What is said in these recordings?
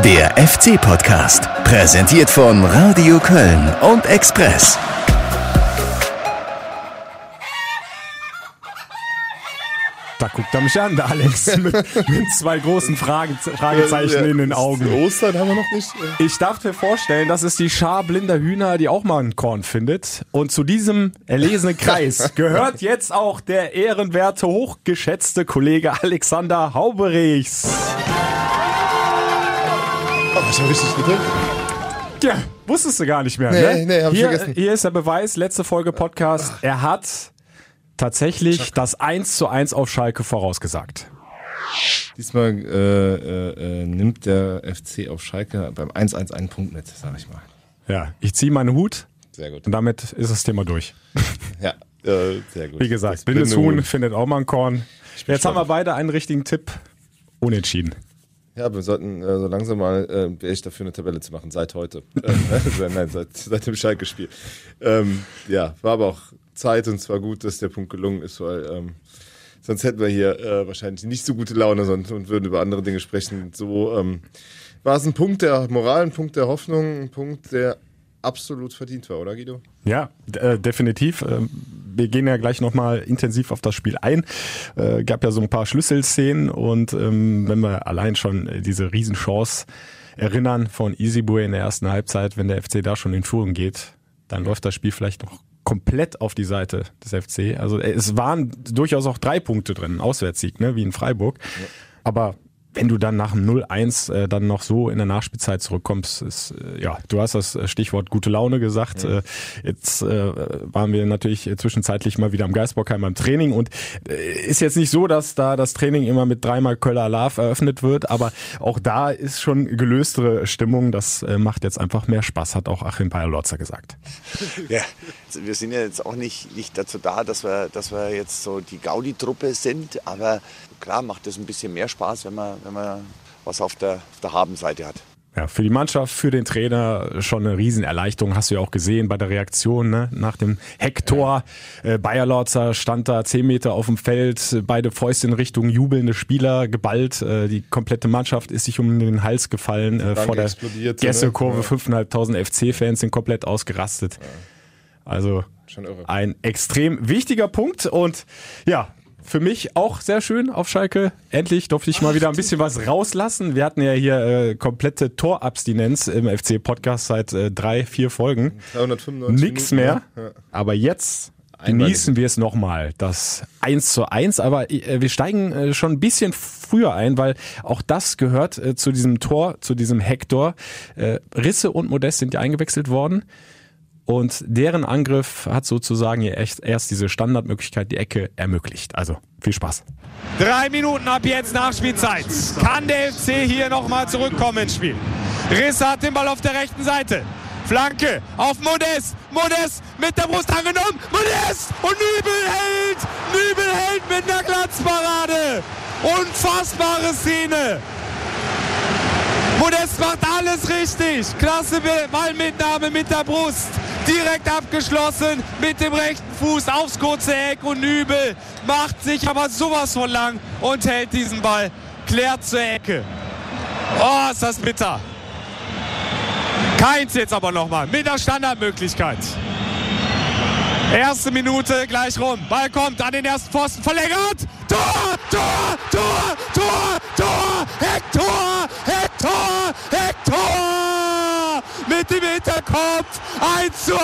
Der FC-Podcast, präsentiert von Radio Köln und Express. Da guckt er mich an, der Alex, mit zwei großen Fragezeichen in den Augen. Ostern haben wir noch nicht. Ich darf mir vorstellen, das ist die Schar blinder Hühner, die auch mal ein Korn findet. Und zu diesem erlesenen Kreis gehört jetzt auch der ehrenwerte, hochgeschätzte Kollege Alexander Hauberichs. Was habe ich nicht gedrückt? Ja, wusstest du gar nicht mehr, Nee, ne? hab ich vergessen. Hier ist der Beweis, letzte Folge Podcast. Er hat tatsächlich das 1:1 auf Schalke vorausgesagt. Diesmal nimmt der FC auf Schalke beim 1:1 einen Punkt mit, sag ich mal. Ja, ich ziehe meinen Hut Sehr gut. und damit ist das Thema durch. Ja, sehr gut. Wie gesagt, blindes Huhn findet auch mal ein Korn. Jetzt haben wir beide einen richtigen Tipp. Unentschieden. Ja, wir sollten so langsam mal, wäre ich dafür, eine Tabelle zu machen, seit heute. Nein, seit dem Schalke-Spiel. Ja, war aber auch Zeit und es war gut, dass der Punkt gelungen ist, weil sonst hätten wir hier wahrscheinlich nicht so gute Laune und würden über andere Dinge sprechen. So war es ein Punkt der Moral, ein Punkt der Hoffnung, ein Punkt, der absolut verdient war, oder Guido? Ja, definitiv. Wir gehen ja gleich nochmal intensiv auf das Spiel ein. Gab ja so ein paar Schlüsselszenen und wenn wir allein schon diese Riesenchance erinnern von Isibue in der ersten Halbzeit, wenn der FC da schon in Führung geht, dann läuft das Spiel vielleicht noch komplett auf die Seite des FC. Also es waren durchaus auch 3 Punkte drin, ein Auswärtssieg, ne, wie in Freiburg. Ja. Aber wenn du dann nach dem 0:1 dann noch so in der Nachspielzeit zurückkommst, ist, ja, du hast das Stichwort gute Laune gesagt. Ja. Jetzt waren wir natürlich zwischenzeitlich mal wieder am Geisbockheim beim Training und ist jetzt nicht so, dass da das Training immer mit 3-mal Köller Alarv eröffnet wird, aber auch da ist schon gelöstere Stimmung. Das macht jetzt einfach mehr Spaß, hat auch Achim Bayerlotzer gesagt. Ja, wir sind ja jetzt auch nicht dazu da, dass wir jetzt so die Gaudi-Truppe sind, aber klar macht es ein bisschen mehr Spaß, wenn man was auf der Habenseite hat. Ja, für die Mannschaft, für den Trainer schon eine Riesenerleichterung, hast du ja auch gesehen bei der Reaktion, ne? Nach dem Hecktor. Bayerlotzer stand da 10 Meter auf dem Feld, beide Fäuste in Richtung jubelnde Spieler, geballt. Die komplette Mannschaft ist sich um den Hals gefallen. Vor der Gästekurve, 5.500 FC-Fans sind komplett ausgerastet. Ja. Also ein extrem wichtiger Punkt und ja, für mich auch sehr schön auf Schalke. Endlich durfte ich mal wieder ein bisschen was rauslassen. Wir hatten ja hier komplette Torabstinenz im FC-Podcast seit 3-4 Folgen. 395 Nix mehr. Ja. Aber jetzt genießen wir es nochmal, das 1:1. Aber wir steigen schon ein bisschen früher ein, weil auch das gehört zu diesem Tor, zu diesem Hector. Risse und Modest sind ja eingewechselt worden. Und deren Angriff hat sozusagen erst diese Standardmöglichkeit, die Ecke, ermöglicht. Also viel Spaß. 3 Minuten ab jetzt Nachspielzeit. Kann der FC hier nochmal zurückkommen ins Spiel? Risse hat den Ball auf der rechten Seite. Flanke auf Modest. Modest mit der Brust angenommen. Modest und Nübel hält. Nübel hält mit einer Glanzparade. Unfassbare Szene. Modest macht alles richtig. Klasse Ballmitnahme mit der Brust. Direkt abgeschlossen mit dem rechten Fuß aufs kurze Eck und Nübel macht sich aber sowas von lang und hält diesen Ball. Klärt zur Ecke. Oh, ist das bitter. Keins jetzt aber nochmal mit der Standardmöglichkeit. Erste Minute gleich rum. Ball kommt an den ersten Pfosten. Verlängert. Tor, Tor, Tor, Tor, Tor. Hector, Hector, Hector. Mit dem Hinterkopf. 1:1.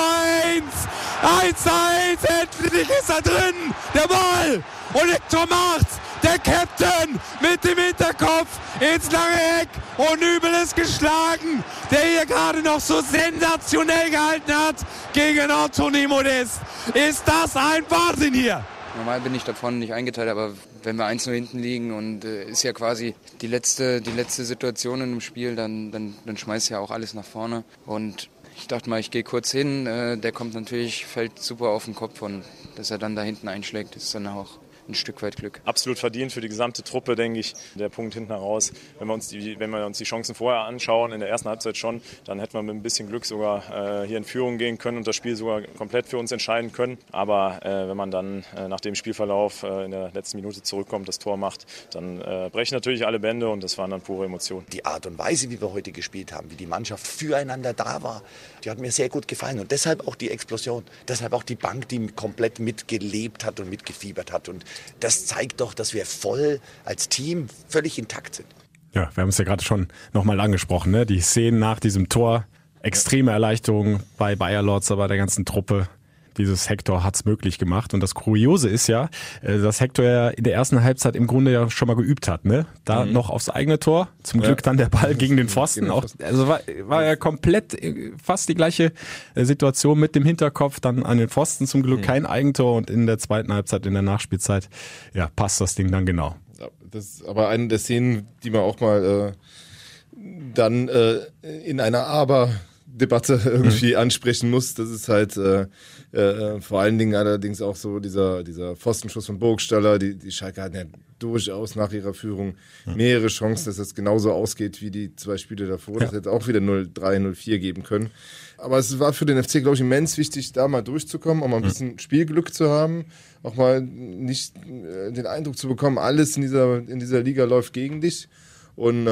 1:1. Endlich ist er drin. Der Ball. Und Hector macht's. Der Captain mit dem Hinterkopf ins lange Eck und Nübel ist geschlagen, der hier gerade noch so sensationell gehalten hat gegen Anthony Modest. Ist das ein Wahnsinn hier? Normal bin ich davon nicht eingeteilt, aber wenn wir 1:0 hinten liegen und ist ja quasi die letzte Situation in dem Spiel, dann schmeißt ja auch alles nach vorne. Und ich dachte mal, ich gehe kurz hin, der kommt natürlich, fällt super auf den Kopf und dass er dann da hinten einschlägt, ist dann auch ein Stück weit Glück. Absolut verdient für die gesamte Truppe, denke ich. Der Punkt hinten heraus, wenn wir uns die Chancen vorher anschauen, in der ersten Halbzeit schon, dann hätten wir mit ein bisschen Glück sogar hier in Führung gehen können und das Spiel sogar komplett für uns entscheiden können. Aber wenn man dann nach dem Spielverlauf in der letzten Minute zurückkommt, das Tor macht, dann brechen natürlich alle Bände und das waren dann pure Emotionen. Die Art und Weise, wie wir heute gespielt haben, wie die Mannschaft füreinander da war, die hat mir sehr gut gefallen. Und deshalb auch die Explosion, deshalb auch die Bank, die komplett mitgelebt hat und mitgefiebert hat. Und das zeigt doch, dass wir voll als Team völlig intakt sind. Ja, wir haben es ja gerade schon nochmal angesprochen, ne? Die Szenen nach diesem Tor, extreme Erleichterung bei Bayer Lorzer, bei der ganzen Truppe. Dieses Hector hat's möglich gemacht. Und das Kuriose ist ja, dass Hector ja in der ersten Halbzeit im Grunde ja schon mal geübt hat, ne? Da noch aufs eigene Tor. Zum Glück dann der Ball gegen den Pfosten. Auch, also war ja komplett fast die gleiche Situation mit dem Hinterkopf, dann an den Pfosten zum Glück kein Eigentor und in der zweiten Halbzeit, in der Nachspielzeit, ja, passt das Ding dann genau. Ja, das ist aber eine der Szenen, die man auch mal dann in einer Debatte irgendwie ansprechen muss. Das ist halt vor allen Dingen allerdings auch so dieser Pfostenschuss von Burgstaller. Die Schalke hatten ja durchaus nach ihrer Führung mehrere Chancen, dass das genauso ausgeht wie die 2 Spiele davor. Das hätte auch wieder 0-3, 0-4 geben können. Aber es war für den FC, glaube ich, immens wichtig, da mal durchzukommen, auch mal ein bisschen Spielglück zu haben, auch mal nicht den Eindruck zu bekommen, alles in dieser Liga läuft gegen dich. Und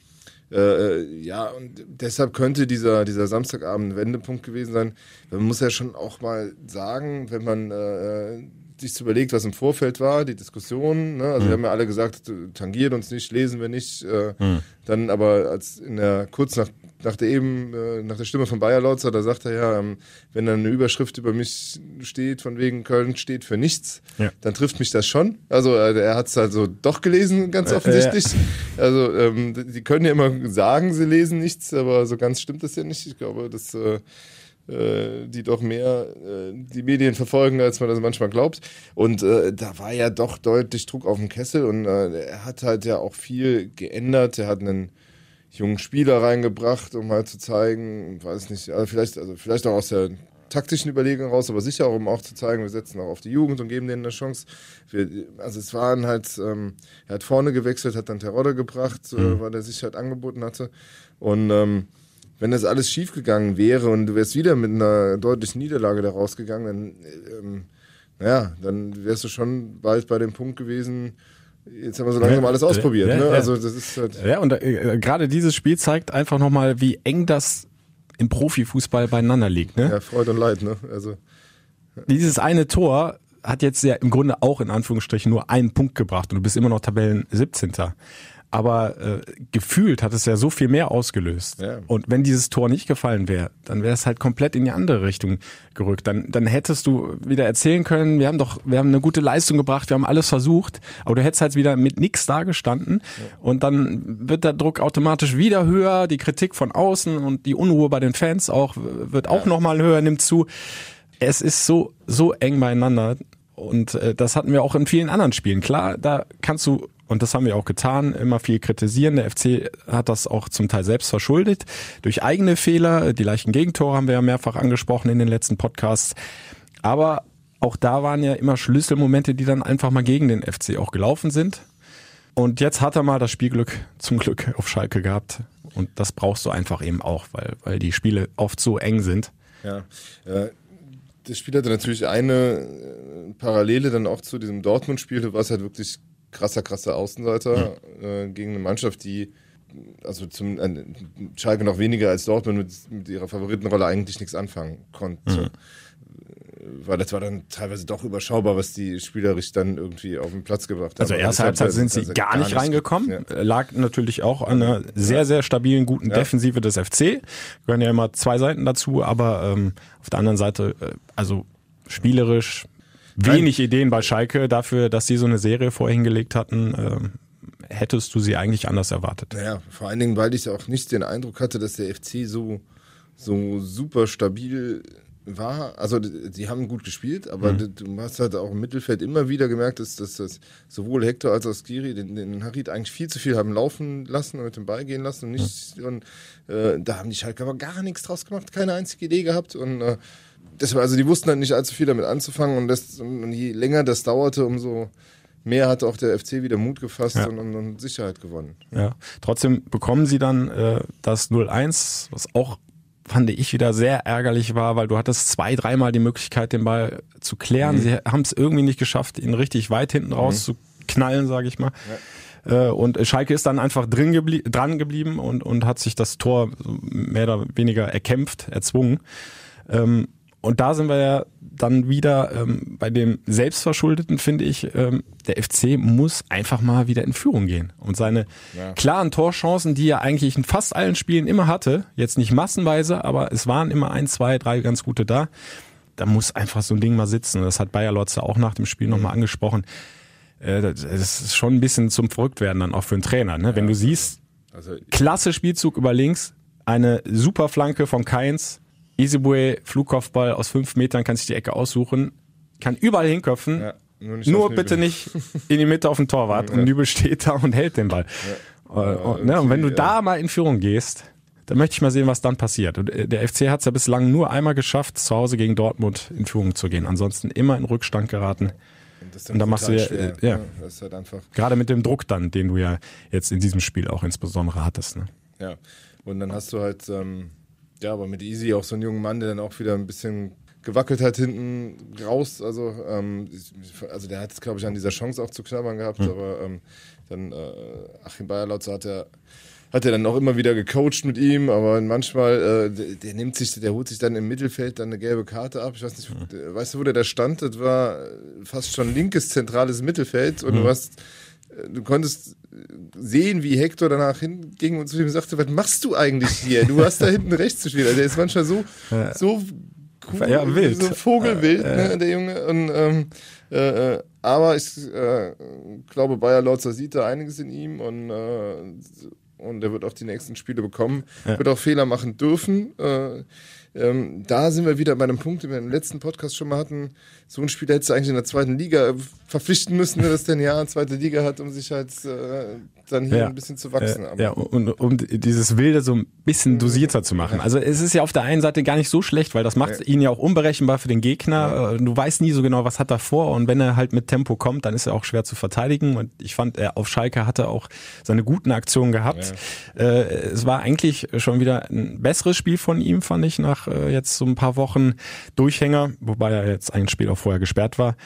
und deshalb könnte dieser Samstagabend ein Wendepunkt gewesen sein. Man muss ja schon auch mal sagen, wenn man sich überlegt, was im Vorfeld war, die Diskussion, ne? Also wir haben ja alle gesagt, tangiert uns nicht, lesen wir nicht. Dann aber als kurz nach der Stimme von Bayer Lorzer, da sagt er ja, wenn dann eine Überschrift über mich steht, von wegen Köln steht für nichts, dann trifft mich das schon. Also er hat es also doch gelesen, ganz offensichtlich. Also die können ja immer sagen, sie lesen nichts, aber so ganz stimmt das ja nicht. Ich glaube, dass die doch mehr die Medien verfolgen, als man das manchmal glaubt. Und da war ja doch deutlich Druck auf dem Kessel und er hat halt ja auch viel geändert. Er hat einen jungen Spieler reingebracht, um halt zu zeigen, weiß nicht, vielleicht auch aus der taktischen Überlegung raus, aber sicher auch, um auch zu zeigen, wir setzen auch auf die Jugend und geben denen eine Chance. Es waren halt, er hat vorne gewechselt, hat dann Terodde gebracht, weil er sich halt angeboten hatte. Und wenn das alles schief gegangen wäre und du wärst wieder mit einer deutlichen Niederlage da rausgegangen, dann wärst du schon bald bei dem Punkt gewesen, jetzt haben wir so langsam alles ausprobiert. Ne? Also das ist halt und gerade dieses Spiel zeigt einfach nochmal, wie eng das im Profifußball beieinander liegt. Ne? Ja, Freude und Leid. Ne? Also dieses eine Tor hat jetzt ja im Grunde auch in Anführungsstrichen nur einen Punkt gebracht und du bist immer noch Tabellen 17. Aber gefühlt hat es ja so viel mehr ausgelöst. Ja. Und wenn dieses Tor nicht gefallen wäre, dann wäre es halt komplett in die andere Richtung gerückt. Dann hättest du wieder erzählen können, wir haben eine gute Leistung gebracht, wir haben alles versucht, aber du hättest halt wieder mit nichts dagestanden. Ja. Und dann wird der Druck automatisch wieder höher, die Kritik von außen und die Unruhe bei den Fans auch wird auch nochmal höher, nimmt zu. Es ist so eng beieinander. Und das hatten wir auch in vielen anderen Spielen. Klar, da kannst du, und das haben wir auch getan, immer viel kritisieren. Der FC hat das auch zum Teil selbst verschuldet. Durch eigene Fehler, die leichten Gegentore haben wir ja mehrfach angesprochen in den letzten Podcasts. Aber auch da waren ja immer Schlüsselmomente, die dann einfach mal gegen den FC auch gelaufen sind. Und jetzt hat er mal das Spielglück zum Glück auf Schalke gehabt. Und das brauchst du einfach eben auch, weil die Spiele oft so eng sind. Ja, das Spiel hatte natürlich eine Parallele dann auch zu diesem Dortmund-Spiel. Du warst halt wirklich krasser Außenseiter gegen eine Mannschaft, die also zum Schalke noch weniger als Dortmund mit ihrer Favoritenrolle eigentlich nichts anfangen konnte. Weil das war dann teilweise doch überschaubar, was die spielerisch dann irgendwie auf den Platz gebracht haben. Also erste Halbzeit sind sie gar nicht reingekommen. Ja. Lag natürlich auch an einer sehr, sehr stabilen, guten Defensive des FC. Gehören ja immer zwei Seiten dazu, aber auf der anderen Seite, also spielerisch wenig Ideen bei Schalke. Dafür, dass sie so eine Serie vorher hingelegt hatten, hättest du sie eigentlich anders erwartet. Naja, vor allen Dingen, weil ich auch nicht den Eindruck hatte, dass der FC so super stabil war. Also die haben gut gespielt, aber du hast halt auch im Mittelfeld immer wieder gemerkt, dass sowohl Hector als auch Skiri den Harit eigentlich viel zu viel haben laufen lassen und mit dem Ball gehen lassen und nicht. Und da haben die Schalke aber gar nichts draus gemacht, keine einzige Idee gehabt und also die wussten halt nicht allzu viel damit anzufangen und je länger das dauerte, umso mehr hat auch der FC wieder Mut gefasst und Sicherheit gewonnen. Ja. Trotzdem bekommen sie dann das 0-1, was auch, fand ich, wieder sehr ärgerlich war, weil du hattest 2-3 Mal die Möglichkeit, den Ball zu klären. Sie haben es irgendwie nicht geschafft, ihn richtig weit hinten raus zu knallen, sage ich mal. Ja. Und Schalke ist dann einfach dran geblieben und hat sich das Tor mehr oder weniger erzwungen. Und da sind wir ja dann wieder bei dem Selbstverschuldeten, finde ich, der FC muss einfach mal wieder in Führung gehen. Und seine klaren Torchancen, die er eigentlich in fast allen Spielen immer hatte, jetzt nicht massenweise, aber es waren immer 1, 2, 3 ganz gute da muss einfach so ein Ding mal sitzen. Das hat Bayer Lotze auch nach dem Spiel nochmal angesprochen. Das ist schon ein bisschen zum Verrücktwerden dann auch für einen Trainer. Ne? Wenn du siehst, klasse Spielzug über links, eine super Flanke von Kainz, Isibue, Flugkopfball aus 5 Metern, kann sich die Ecke aussuchen, kann überall hinköpfen, nur bitte nicht in die Mitte auf den Torwart. Und Nübel steht da und hält den Ball. Und wenn du da mal in Führung gehst, dann möchte ich mal sehen, was dann passiert. Und der FC hat es ja bislang nur einmal geschafft, zu Hause gegen Dortmund in Führung zu gehen. Ansonsten immer in Rückstand geraten. Und dann machst du das ist halt einfach gerade mit dem Druck dann, den du ja jetzt in diesem Spiel auch insbesondere hattest. Ne? Ja, und dann hast du halt aber mit Easy auch so einen jungen Mann, der dann auch wieder ein bisschen gewackelt hat hinten raus. Also der hat es, glaube ich, an dieser Chance auch zu knabbern gehabt. Aber dann Achim Bayer-Lotze hat er dann auch immer wieder gecoacht mit ihm. Aber manchmal, der holt sich dann im Mittelfeld dann eine gelbe Karte ab. Ich weiß nicht, weißt du, wo der da stand? Das war fast schon linkes, zentrales Mittelfeld. Und du konntest sehen, wie Hector danach hinging und zu ihm sagte, was machst du eigentlich hier? Du hast da hinten rechts zu spielen. Also der ist manchmal so cool, wild. So vogelwild, der Junge. Und, aber ich glaube, Bayer Lotzer sieht da einiges in ihm und er wird auch die nächsten Spiele bekommen, wird auch Fehler machen dürfen. Da sind wir wieder bei einem Punkt, den wir im letzten Podcast schon mal hatten. So ein Spieler hättest du eigentlich in der 2. Liga verpflichten müssen, dass der ein Jahr in 2. Liga hat, um sich halt dann hier ein bisschen zu wachsen. Und um dieses Wilde so ein bisschen dosierter zu machen. Also es ist ja auf der einen Seite gar nicht so schlecht, weil das macht ihn ja auch unberechenbar für den Gegner. Du weißt nie so genau, was hat er vor, und wenn er halt mit Tempo kommt, dann ist er auch schwer zu verteidigen. Und ich fand, er auf Schalke hatte auch seine guten Aktionen gehabt. Es war eigentlich schon wieder ein besseres Spiel von ihm, fand ich, nach jetzt so ein paar Wochen Durchhänger, wobei er jetzt ein Spiel auch vorher gesperrt war.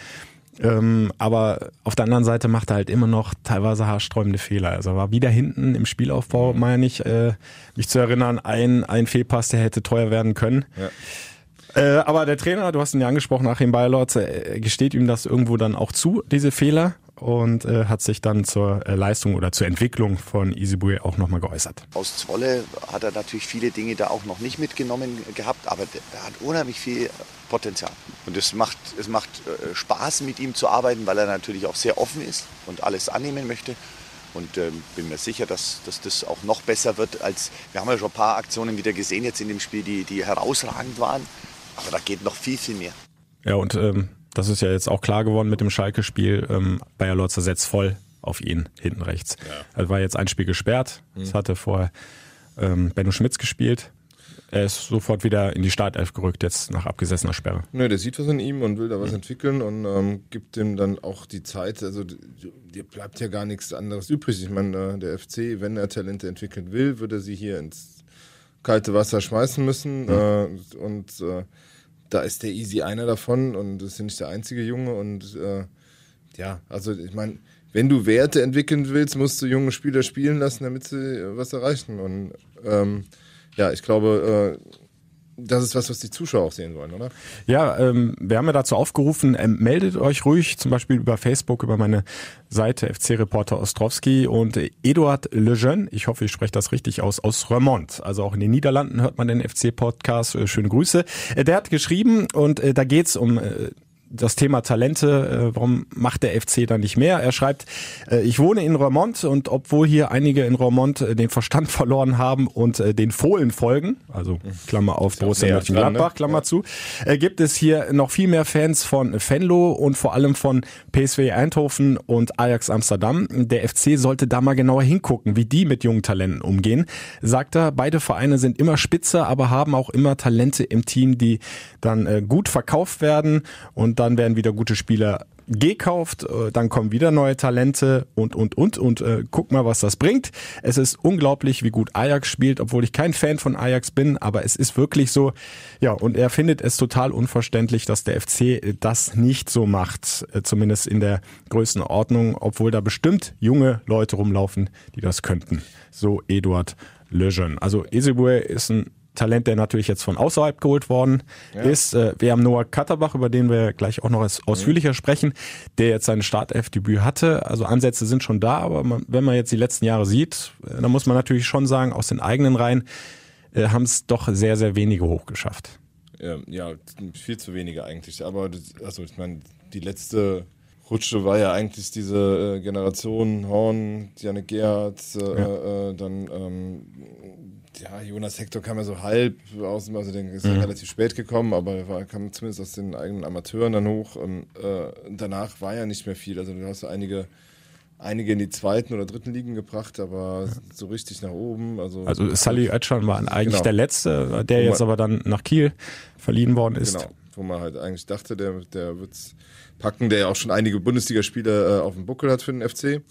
Aber auf der anderen Seite macht er halt immer noch teilweise haarsträubende Fehler. Also er war wieder hinten im Spielaufbau, meine ich, mich zu erinnern, ein Fehlpass, der hätte teuer werden können. Aber der Trainer, du hast ihn ja angesprochen, Achim Bayer-Lotze, gesteht ihm das irgendwo dann auch zu, diese Fehler, und hat sich dann zur Leistung oder zur Entwicklung von Isibue auch nochmal geäußert. Aus Zwolle hat er natürlich viele Dinge da auch noch nicht mitgenommen gehabt, aber er hat unheimlich viel Potenzial. Und es macht Spaß, mit ihm zu arbeiten, weil er natürlich auch sehr offen ist und alles annehmen möchte. Und bin mir sicher, dass das auch noch besser wird, als wir haben ja schon ein paar Aktionen wieder gesehen jetzt in dem Spiel, die herausragend waren. Aber da geht noch viel, viel mehr. Ja, und das ist ja jetzt auch klar geworden mit dem Schalke-Spiel. Bayer Lotze setzt voll auf ihn hinten rechts. Ja. Also war jetzt ein Spiel gesperrt. Das hatte vorher Benno Schmitz gespielt. Er ist sofort wieder in die Startelf gerückt, jetzt nach abgesessener Sperre. Nö, der sieht was in ihm und will da was entwickeln und gibt ihm dann auch die Zeit. Also dir bleibt ja gar nichts anderes übrig. Ich meine, der FC, wenn er Talente entwickeln will, würde er sie hier ins kalte Wasser schmeißen müssen. Da ist der Easy einer davon und das ist ja nicht der einzige Junge. Und also ich meine, wenn du Werte entwickeln willst, musst du junge Spieler spielen lassen, damit sie was erreichen. Und ich glaube, das ist was die Zuschauer auch sehen wollen, oder? Ja, wir haben ja dazu aufgerufen, meldet euch ruhig, zum Beispiel über Facebook, über meine Seite FC-Reporter Ostrowski, und Eduard Lejeune, ich hoffe, ich spreche das richtig aus Remont, also auch in den Niederlanden hört man den FC-Podcast, schöne Grüße. Der hat geschrieben, und da geht's um das Thema Talente, warum macht der FC da nicht mehr? Er schreibt, ich wohne in Roermond, und obwohl hier einige in Roermond den Verstand verloren haben und den Fohlen folgen, also Klammer auf Borussia Mönchengladbach, Klammer zu, gibt es hier noch viel mehr Fans von Venlo und vor allem von PSV Eindhoven und Ajax Amsterdam. Der FC sollte da mal genauer hingucken, wie die mit jungen Talenten umgehen, sagt er. Beide Vereine sind immer spitze, aber haben auch immer Talente im Team, die dann gut verkauft werden, und dann werden wieder gute Spieler gekauft, dann kommen wieder neue Talente und guck mal, was das bringt. Es ist unglaublich, wie gut Ajax spielt, obwohl ich kein Fan von Ajax bin, aber es ist wirklich so. Ja, und er findet es total unverständlich, dass der FC das nicht so macht, zumindest in der Größenordnung, obwohl da bestimmt junge Leute rumlaufen, die das könnten. So Eduard Lejeune. Also Eze ist ein Talent, der natürlich jetzt von außerhalb geholt worden ist. Wir haben Noah Katterbach, über den wir gleich auch noch ausführlicher sprechen, der jetzt sein Startelfdebüt hatte. Also Ansätze sind schon da, aber wenn man jetzt die letzten Jahre sieht, dann muss man natürlich schon sagen, aus den eigenen Reihen haben es doch sehr, sehr wenige hochgeschafft. Ja, viel zu wenige eigentlich. Aber ich meine, die letzte Rutsche war ja eigentlich diese Generation Horn, Jannik Gerhardt, dann Jonas Hector kam ja so halb aus dem, also der ist ja relativ spät gekommen, aber er kam zumindest aus den eigenen Amateuren dann hoch und danach war ja nicht mehr viel. Also du hast einige in die zweiten oder dritten Ligen gebracht, aber so richtig nach oben. Also Salih Özcan war eigentlich der Letzte, der jetzt aber dann nach Kiel verliehen worden ist. Genau, wo man halt eigentlich dachte, der wird's packen, der ja auch schon einige Bundesligaspiele auf dem Buckel hat für den FC.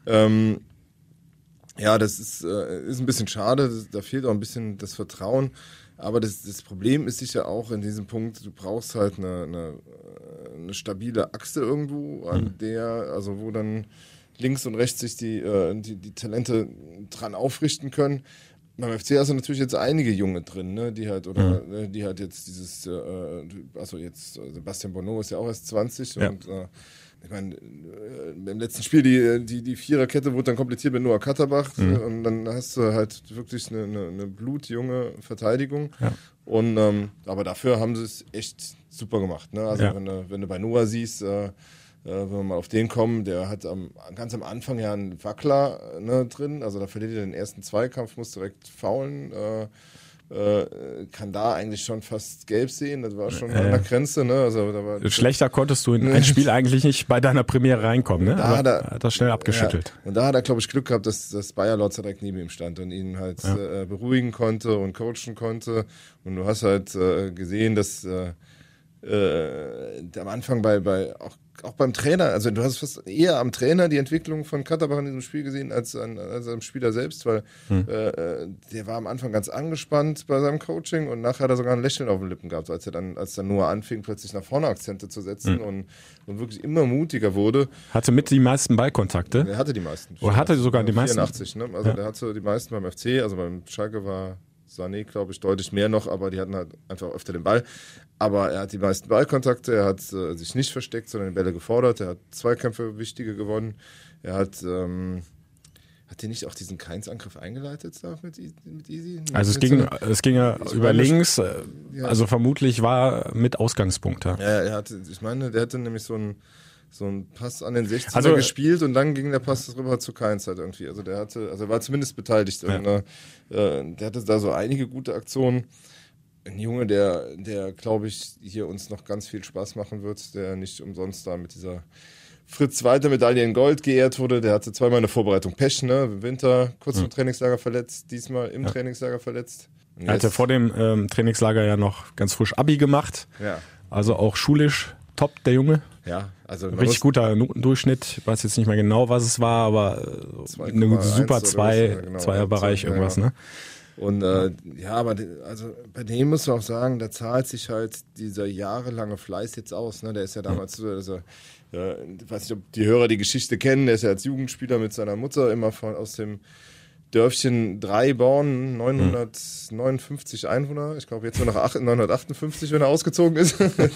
Ja. Das ist ein bisschen schade, da fehlt auch ein bisschen das Vertrauen. Aber das Problem ist sicher auch in diesem Punkt, du brauchst halt eine stabile Achse irgendwo, an der, also wo dann links und rechts sich die Talente dran aufrichten können. Beim FC hast du natürlich jetzt einige Junge drin, ne, die halt jetzt dieses, Sebastian Bonneau ist ja auch erst 20 und ich meine, im letzten Spiel die Viererkette wurde dann komplettiert mit Noah Katterbach und dann hast du halt wirklich eine blutjunge Verteidigung und aber dafür haben sie es echt super gemacht, ne? Also wenn du bei Noah siehst, wenn wir mal auf den kommen, der hat ganz am Anfang ja einen Wackler drin, also da verliert er den ersten Zweikampf, muss direkt faulen, kann da eigentlich schon fast gelb sehen, das war schon an der Grenze. Ne? Also, da war schlechter konntest du in ein Spiel eigentlich nicht bei deiner Premiere reinkommen, ne? Da aber hat das schnell abgeschüttelt. Ja. Und da hat er, glaube ich, Glück gehabt, dass Bayer Lotz direkt neben ihm stand und ihn halt beruhigen konnte und coachen konnte. Und du hast halt gesehen, dass am Anfang auch beim Trainer, also du hast fast eher am Trainer die Entwicklung von Katterbach in diesem Spiel gesehen als am Spieler selbst, weil der war am Anfang ganz angespannt bei seinem Coaching und nachher hat er sogar ein Lächeln auf den Lippen gehabt, als dann nur anfing, plötzlich nach vorne Akzente zu setzen und wirklich immer mutiger wurde. Hatte mit die meisten Ballkontakte? Er hatte die meisten. Oder hatte sogar die meisten? 84, ne? Also der hatte die meisten beim FC, also beim Schalke war Sané, glaube ich, deutlich mehr noch, aber die hatten halt einfach öfter den Ball. Aber er hat die meisten Ballkontakte, er hat sich nicht versteckt, sondern die Bälle gefordert, er hat Zweikämpfe, wichtige gewonnen. Er hat der nicht auch diesen Keins-Angriff eingeleitet mit Easy? Also es ging ja über links, also vermutlich war mit Ausgangspunkt. Ja, der hatte nämlich so einen Pass an den 16er gespielt und dann ging der Pass rüber zu Keins halt irgendwie. Also er war zumindest beteiligt. Ja. Und, der hatte da so einige gute Aktionen. Ein Junge, der glaube ich, hier uns noch ganz viel Spaß machen wird, der nicht umsonst da mit dieser Fritz-Walter-Medaille in Gold geehrt wurde. Der hatte zweimal in der Vorbereitung Pech, ne? Im Winter kurz vor Trainingslager verletzt, diesmal im Trainingslager verletzt. Er hatte vor dem Trainingslager ja noch ganz frisch Abi gemacht. Ja. Also auch schulisch top, der Junge. Ja, also richtig guter Notendurchschnitt. Ich weiß jetzt nicht mehr genau, was es war, aber eine super Zweierbereich irgendwas, ne? Und aber bei dem muss man auch sagen, da zahlt sich halt dieser jahrelange Fleiß jetzt aus. Ne? Der ist ja damals, ich weiß nicht, ob die Hörer die Geschichte kennen, der ist ja als Jugendspieler mit seiner Mutter immer aus dem Dörfchen Dreiborn, 959 Einwohner, ich glaube jetzt nur noch 958, wenn er ausgezogen ist,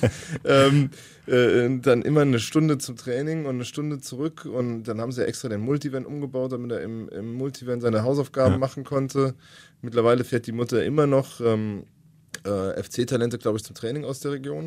dann immer eine Stunde zum Training und eine Stunde zurück und dann haben sie extra den Multivan umgebaut, damit er im Multivan seine Hausaufgaben machen konnte. Mittlerweile fährt die Mutter immer noch FC-Talente, glaube ich, zum Training aus der Region.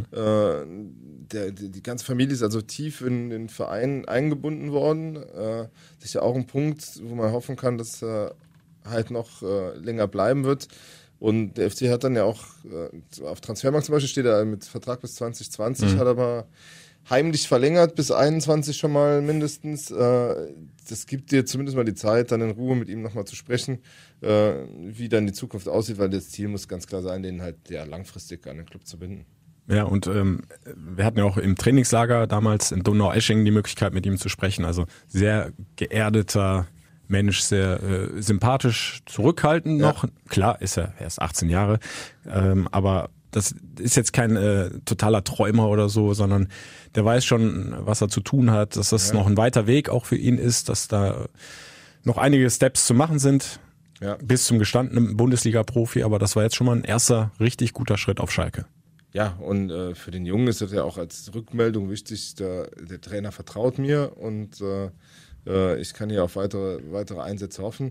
Die ganze Familie ist also tief in den Verein eingebunden worden. Sicher auch ein Punkt, wo man hoffen kann, dass er halt noch länger bleiben wird. Und der FC hat dann ja auch, auf Transfermarkt zum Beispiel steht er mit Vertrag bis 2020, hat aber heimlich verlängert bis 21 schon mal mindestens. Das gibt dir zumindest mal die Zeit, dann in Ruhe mit ihm nochmal zu sprechen, wie dann die Zukunft aussieht, weil das Ziel muss ganz klar sein, den halt langfristig an den Club zu binden. Ja, und wir hatten ja auch im Trainingslager damals in Donaueschingen die Möglichkeit, mit ihm zu sprechen. Also sehr geerdeter Mensch, sehr sympathisch, zurückhaltend noch. Klar, er ist 18 Jahre, aber das ist jetzt kein totaler Träumer oder so, sondern der weiß schon, was er zu tun hat, dass das noch ein weiter Weg auch für ihn ist, dass da noch einige Steps zu machen sind, bis zum gestandenen Bundesliga-Profi, aber das war jetzt schon mal ein erster richtig guter Schritt auf Schalke. Ja, und für den Jungen ist das ja auch als Rückmeldung wichtig, der Trainer vertraut mir und ich kann hier auf weitere Einsätze hoffen.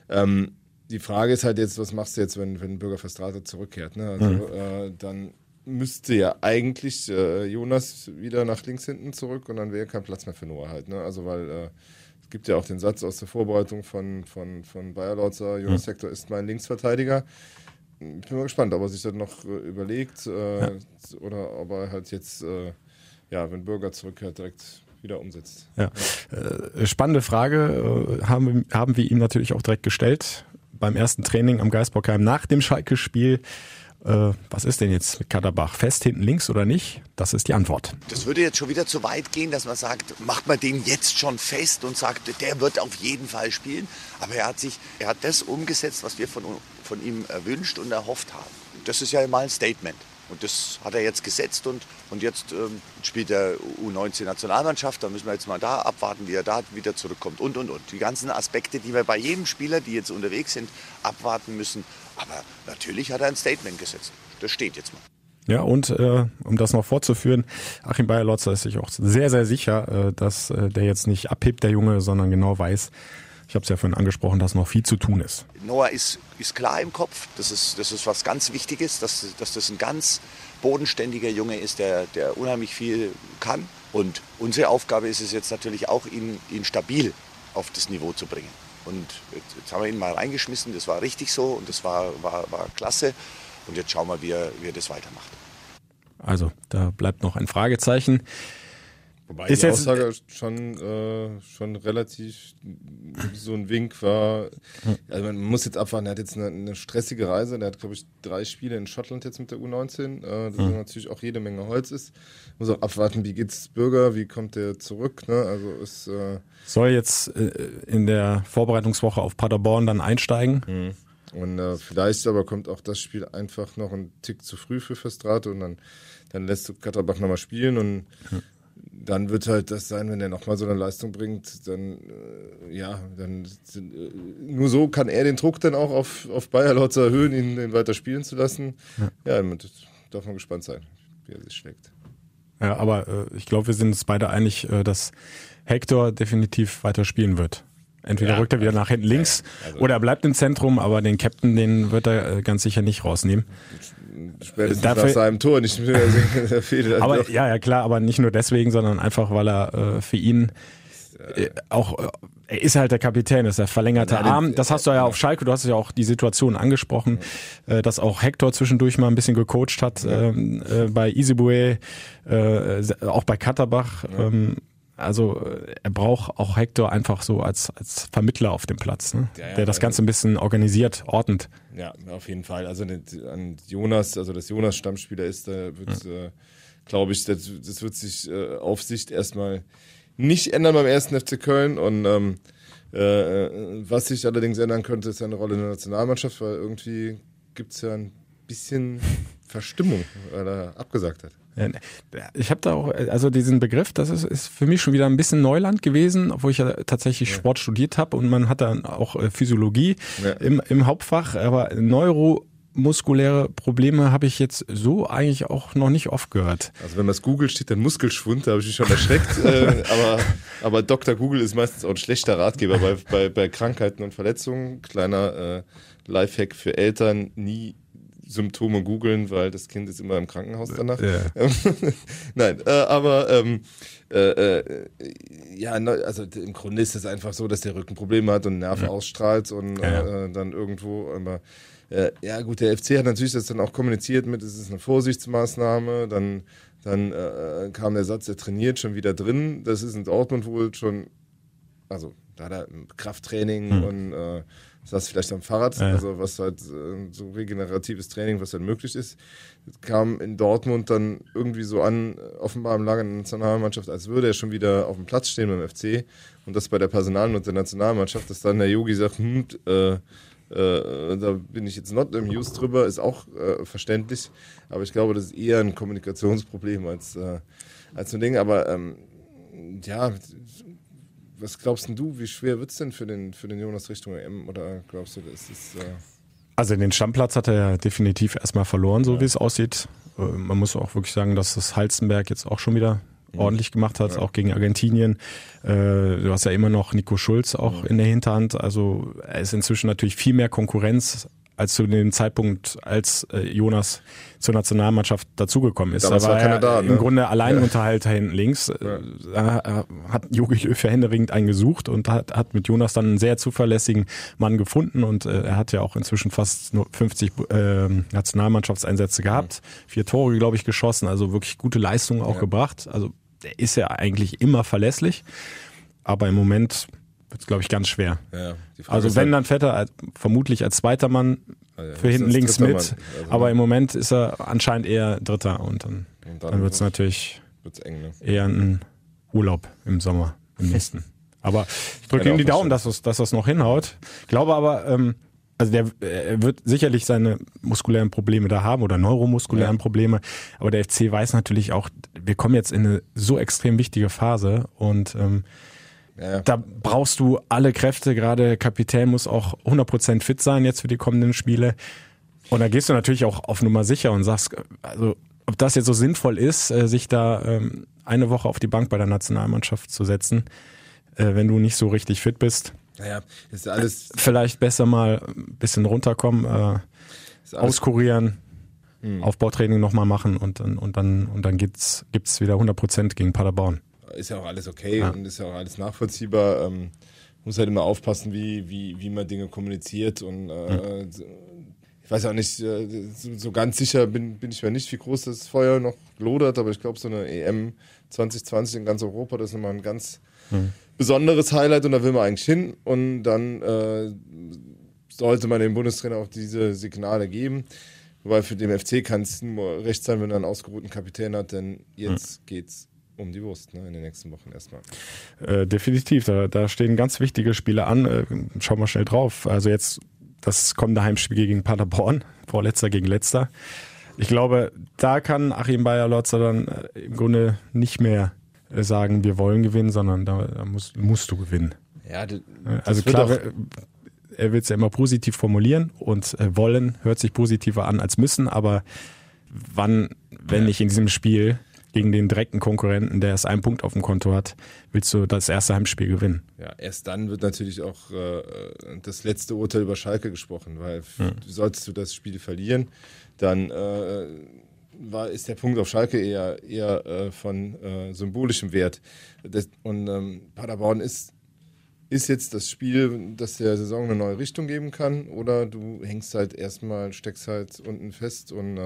Die Frage ist halt jetzt, was machst du jetzt, wenn Bürger Verstraete zurückkehrt? Ne? Also dann müsste ja eigentlich Jonas wieder nach links hinten zurück und dann wäre kein Platz mehr für Noah halt. Ne? Also weil es gibt ja auch den Satz aus der Vorbereitung von Bayer Lautzer, Jonas Hector ist mein Linksverteidiger. Ich bin mal gespannt, ob er sich das noch überlegt oder ob er halt jetzt, wenn Bürger zurückkehrt, direkt wieder umsetzt. Ja. Spannende Frage haben wir ihm natürlich auch direkt gestellt beim ersten Training am Geisbockheim nach dem Schalke-Spiel. Was ist denn jetzt mit Katterbach? Fest hinten links oder nicht? Das ist die Antwort. Das würde jetzt schon wieder zu weit gehen, dass man sagt, macht man den jetzt schon fest und sagt, der wird auf jeden Fall spielen. Aber er hat das umgesetzt, was wir von ihm erwünscht und erhofft haben. Das ist ja mal ein Statement. Und das hat er jetzt gesetzt und jetzt spielt er U19-Nationalmannschaft. Da müssen wir jetzt mal da abwarten, wie er da wieder zurückkommt und. Die ganzen Aspekte, die wir bei jedem Spieler, die jetzt unterwegs sind, abwarten müssen. Aber natürlich hat er ein Statement gesetzt. Das steht jetzt mal. Ja, und um das noch fortzuführen, Achim Bayer-Lotzer ist sich auch sehr, sehr sicher, dass der jetzt nicht abhebt, der Junge, sondern genau weiß, ich habe es ja vorhin angesprochen, dass noch viel zu tun ist. Noah ist klar im Kopf. Das ist was ganz Wichtiges, dass das ein ganz bodenständiger Junge ist, der unheimlich viel kann. Und unsere Aufgabe ist es jetzt natürlich auch, ihn stabil auf das Niveau zu bringen. Und jetzt haben wir ihn mal reingeschmissen, das war richtig so und das war klasse. Und jetzt schauen wir, wie er das weitermacht. Also, da bleibt noch ein Fragezeichen. Wobei die Aussage schon relativ so ein Wink war. Also man muss jetzt abwarten, er hat jetzt eine stressige Reise. Der hat, glaube ich, 3 Spiele in Schottland jetzt mit der U19. Das natürlich auch jede Menge Holz ist. Muss auch abwarten, wie geht's Bürger, wie kommt der zurück. Ne? Also es soll jetzt in der Vorbereitungswoche auf Paderborn dann einsteigen. Und vielleicht aber kommt auch das Spiel einfach noch ein Tick zu früh für Verstraete und dann lässt du Katterbach nochmal spielen und dann wird halt das sein, wenn er nochmal so eine Leistung bringt, dann nur so kann er den Druck dann auch auf Bayer Lotzer erhöhen, ihn weiter spielen zu lassen. Ja, damit darf man gespannt sein, wie er sich schlägt. Ja, aber ich glaube, wir sind uns beide einig, dass Hector definitiv weiter spielen wird. Entweder rückt er wieder nach hinten links oder er bleibt im Zentrum, aber den Captain, den wird er ganz sicher nicht rausnehmen. Spätestens nach seinem Tor nicht mehr. Aber ja, klar, aber nicht nur deswegen, sondern einfach, weil er für ihn auch, er ist halt der Kapitän, ist der verlängerte Arm. Das hast du ja auf Schalke, du hast ja auch die Situation angesprochen, dass auch Hector zwischendurch mal ein bisschen gecoacht hat, bei Isibue, auch bei Katterbach. Also er braucht auch Hector einfach so als Vermittler auf dem Platz, ne? Der das Ganze ein bisschen organisiert, ordnet. Ja, auf jeden Fall. Also an Jonas, also dass Jonas Stammspieler ist, da wird, glaube ich, das wird sich auf Sicht erstmal nicht ändern beim 1. FC Köln. Und was sich allerdings ändern könnte, ist seine Rolle in der Nationalmannschaft, weil irgendwie gibt es ja ein bisschen Verstimmung, weil er abgesagt hat. Ich habe da auch, also diesen Begriff, das ist für mich schon wieder ein bisschen Neuland gewesen, obwohl ich ja tatsächlich Sport studiert habe und man hat dann auch Physiologie im Hauptfach, aber neuromuskuläre Probleme habe ich jetzt so eigentlich auch noch nicht oft gehört. Also wenn man es googelt, steht dann Muskelschwund, da habe ich mich schon erschreckt, aber Dr. Google ist meistens auch ein schlechter Ratgeber bei Krankheiten und Verletzungen. Kleiner Lifehack für Eltern, nie Symptome googeln, weil das Kind ist immer im Krankenhaus danach. Ja. Nein, also im Grunde ist es einfach so, dass der Rücken Probleme hat und Nerv ausstrahlt und dann irgendwo, aber gut, der FC hat natürlich das dann auch kommuniziert mit, es ist eine Vorsichtsmaßnahme, dann kam der Satz, er trainiert schon wieder drin, das ist in Dortmund wohl schon, also da hat er Krafttraining und das vielleicht am Fahrrad, also was halt so regeneratives Training, was dann möglich ist. Das kam in Dortmund dann irgendwie so an, offenbar im Lager der Nationalmannschaft, als würde er schon wieder auf dem Platz stehen beim FC und das bei der Personalnot der Nationalmannschaft, dass dann der Yogi sagt, da bin ich jetzt not amused drüber, ist auch verständlich, aber ich glaube, das ist eher ein Kommunikationsproblem als ein Ding, aber was glaubst denn du, wie schwer wird es denn für den Jonas Richtung EM? Oder glaubst du, das ist... Also den Stammplatz hat er ja definitiv erstmal verloren, so wie es aussieht. Man muss auch wirklich sagen, dass das Halstenberg jetzt auch schon wieder ordentlich gemacht hat, auch gegen Argentinien. Du hast ja immer noch Nico Schulz auch in der Hinterhand. Also er ist inzwischen natürlich viel mehr Konkurrenz als zu dem Zeitpunkt, als Jonas zur Nationalmannschaft dazugekommen ist. Damals da war keiner da, im Grunde Alleinunterhalter hinten links. Da hat Jogi Löw ja händeringend einen gesucht und hat mit Jonas dann einen sehr zuverlässigen Mann gefunden und er hat ja auch inzwischen fast nur 50 Nationalmannschaftseinsätze gehabt. 4 Tore, glaube ich, geschossen, also wirklich gute Leistungen auch gebracht. Also der ist ja eigentlich immer verlässlich, aber im Moment wird es, glaube ich, ganz schwer. Ja, also wenn, dann fährt er vermutlich als zweiter Mann für hinten links mit, also aber im Moment ist er anscheinend eher Dritter und dann wird es natürlich eng, ne? Eher ein Urlaub im Sommer, im nächsten. Aber ich drücke ihm die Daumen, dass das noch hinhaut. Ich glaube aber, also er wird sicherlich seine muskulären Probleme da haben oder neuromuskulären Probleme, aber der FC weiß natürlich auch, wir kommen jetzt in eine so extrem wichtige Phase und da brauchst du alle Kräfte, gerade Kapitän muss auch 100% fit sein jetzt für die kommenden Spiele. Und da gehst du natürlich auch auf Nummer sicher und sagst, also ob das jetzt so sinnvoll ist, sich da eine Woche auf die Bank bei der Nationalmannschaft zu setzen, wenn du nicht so richtig fit bist. Naja, ist alles vielleicht besser mal ein bisschen runterkommen, auskurieren, Aufbautraining nochmal machen und dann gibt's wieder 100% gegen Paderborn. Ist ja auch alles okay und ist ja auch alles nachvollziehbar. Muss halt immer aufpassen, wie man Dinge kommuniziert und ich weiß auch nicht, so ganz sicher bin ich mir nicht, wie groß das Feuer noch lodert, aber ich glaube, so eine EM 2020 in ganz Europa, das ist nochmal ein ganz besonderes Highlight und da will man eigentlich hin und dann sollte man dem Bundestrainer auch diese Signale geben. Wobei für den FC kann es nur recht sein, wenn er einen ausgeruhten Kapitän hat, denn jetzt geht's um die Wurst, ne, in den nächsten Wochen erstmal. Definitiv, da stehen ganz wichtige Spiele an. Schauen wir schnell drauf. Also jetzt das kommende Heimspiel gegen Paderborn, Vorletzter gegen Letzter. Ich glaube, da kann Achim Beyer-Lotzer dann im Grunde nicht mehr sagen, wir wollen gewinnen, sondern da musst du gewinnen. Ja, also klar, er will es ja immer positiv formulieren und wollen hört sich positiver an als müssen, aber wann, wenn nicht in diesem Spiel gegen den direkten Konkurrenten, der erst einen Punkt auf dem Konto hat, willst du das erste Heimspiel gewinnen. Ja, erst dann wird natürlich auch das letzte Urteil über Schalke gesprochen, weil solltest du das Spiel verlieren, dann ist der Punkt auf Schalke eher von symbolischem Wert. Paderborn ist jetzt das Spiel, das der Saison eine neue Richtung geben kann, oder du hängst halt erstmal, steckst halt unten fest und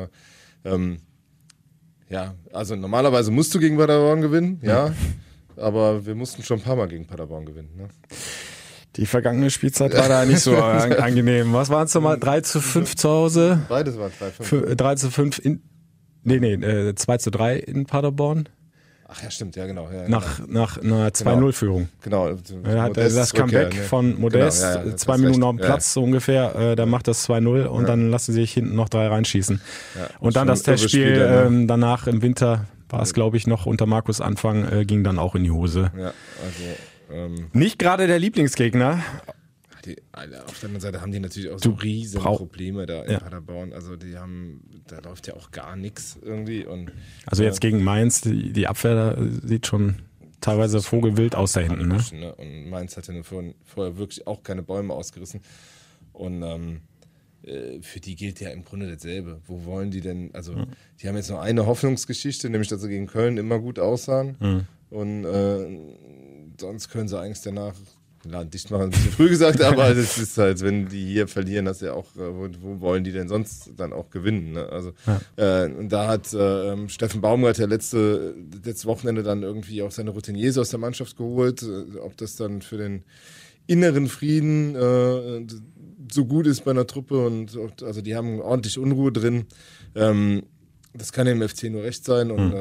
ja, also normalerweise musst du gegen Paderborn gewinnen, aber wir mussten schon ein paar Mal gegen Paderborn gewinnen. Ne? Die vergangene Spielzeit war da nicht so angenehm. Was waren es nochmal? 3:5 zu Hause? Beides war 3:5. 3:5 2:3 in Paderborn. Ach ja, stimmt, ja genau. Ja, nach einer 2-0-Führung. Genau. Er hat das Comeback von Modest, 2 Minuten auf dem Platz so ungefähr, da macht das 2-0 und dann lassen sie sich hinten noch 3 reinschießen. Ja, und dann das Testspiel danach im Winter war es, glaube ich, noch unter Markus Anfang, ging dann auch in die Hose. Ja, also, nicht gerade der Lieblingsgegner. Auf der anderen Seite haben die natürlich auch so riesen Probleme da in Paderborn. Also da läuft ja auch gar nichts irgendwie. Und, also jetzt gegen Mainz, die Abwehr sieht schon teilweise vogelwild aus da hinten. Ne? Und Mainz hat ja vorher wirklich auch keine Bäume ausgerissen. Und für die gilt ja im Grunde dasselbe. Wo wollen die denn? Also die haben jetzt noch eine Hoffnungsgeschichte, nämlich dass sie gegen Köln immer gut aussahen. Und sonst können sie eigentlich danach Laden dicht machen, ein bisschen früh gesagt, aber das ist halt, wenn die hier verlieren, das ja auch, wo wollen die denn sonst dann auch gewinnen? Ne? Also und da hat Steffen Baumgart ja letztes Wochenende dann irgendwie auch seine Routiniers aus der Mannschaft geholt. Ob das dann für den inneren Frieden so gut ist bei einer Truppe und also die haben ordentlich Unruhe drin. Das kann dem FC nur recht sein und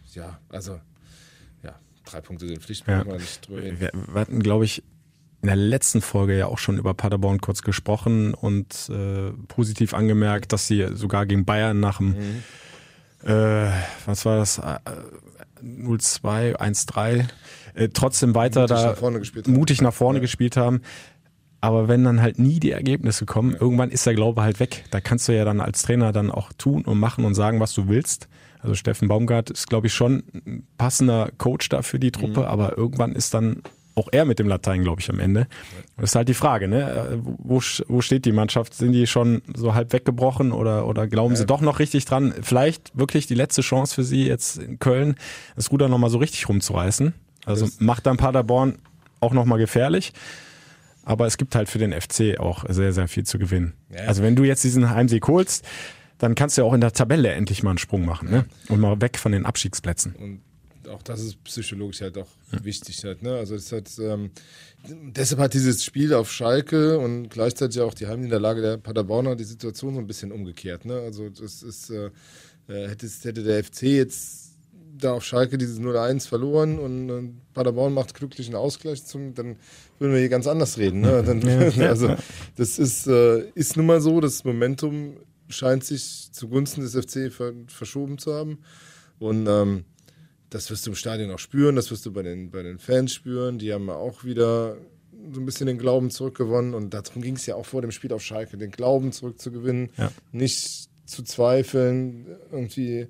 3 Punkte sind Pflicht, brauchen wir nicht drüber reden. Wir hatten, glaube ich, in der letzten Folge ja auch schon über Paderborn kurz gesprochen und positiv angemerkt, dass sie sogar gegen Bayern nach dem was war das? 0-2, 1-3 trotzdem weiter mutig nach vorne gespielt haben. Aber wenn dann halt nie die Ergebnisse kommen, irgendwann ist der Glaube halt weg. Da kannst du ja dann als Trainer dann auch tun und machen und sagen, was du willst. Also Steffen Baumgart ist, glaube ich, schon ein passender Coach da für die Truppe, aber irgendwann ist dann auch er mit dem Latein, glaube ich, am Ende. Das ist halt die Frage, ne? Wo steht die Mannschaft? Sind die schon so halb weggebrochen oder glauben sie doch noch richtig dran? Vielleicht wirklich die letzte Chance für sie jetzt in Köln, das Ruder nochmal so richtig rumzureißen. Also macht dann Paderborn auch nochmal gefährlich. Aber es gibt halt für den FC auch sehr, sehr viel zu gewinnen. Ja. Also wenn du jetzt diesen Heimsieg holst, dann kannst du ja auch in der Tabelle endlich mal einen Sprung machen, ne? Und mal weg von den Abstiegsplätzen. Und auch das ist psychologisch halt auch wichtig halt, ne? Also es hat, deshalb hat dieses Spiel auf Schalke und gleichzeitig auch die Heimniederlage der Paderborner die Situation so ein bisschen umgekehrt, ne? Also das ist, hätte der FC jetzt da auf Schalke dieses 0-1 verloren und Paderborn macht glücklich einen Ausgleich, dann würden wir hier ganz anders reden, ne? Also das ist nun mal so, das Momentum scheint sich zugunsten des FC verschoben zu haben und das wirst du im Stadion auch spüren, das wirst du bei den Fans spüren. Die haben auch wieder so ein bisschen den Glauben zurückgewonnen. Und darum ging es ja auch vor dem Spiel auf Schalke, den Glauben zurückzugewinnen, nicht zu zweifeln, irgendwie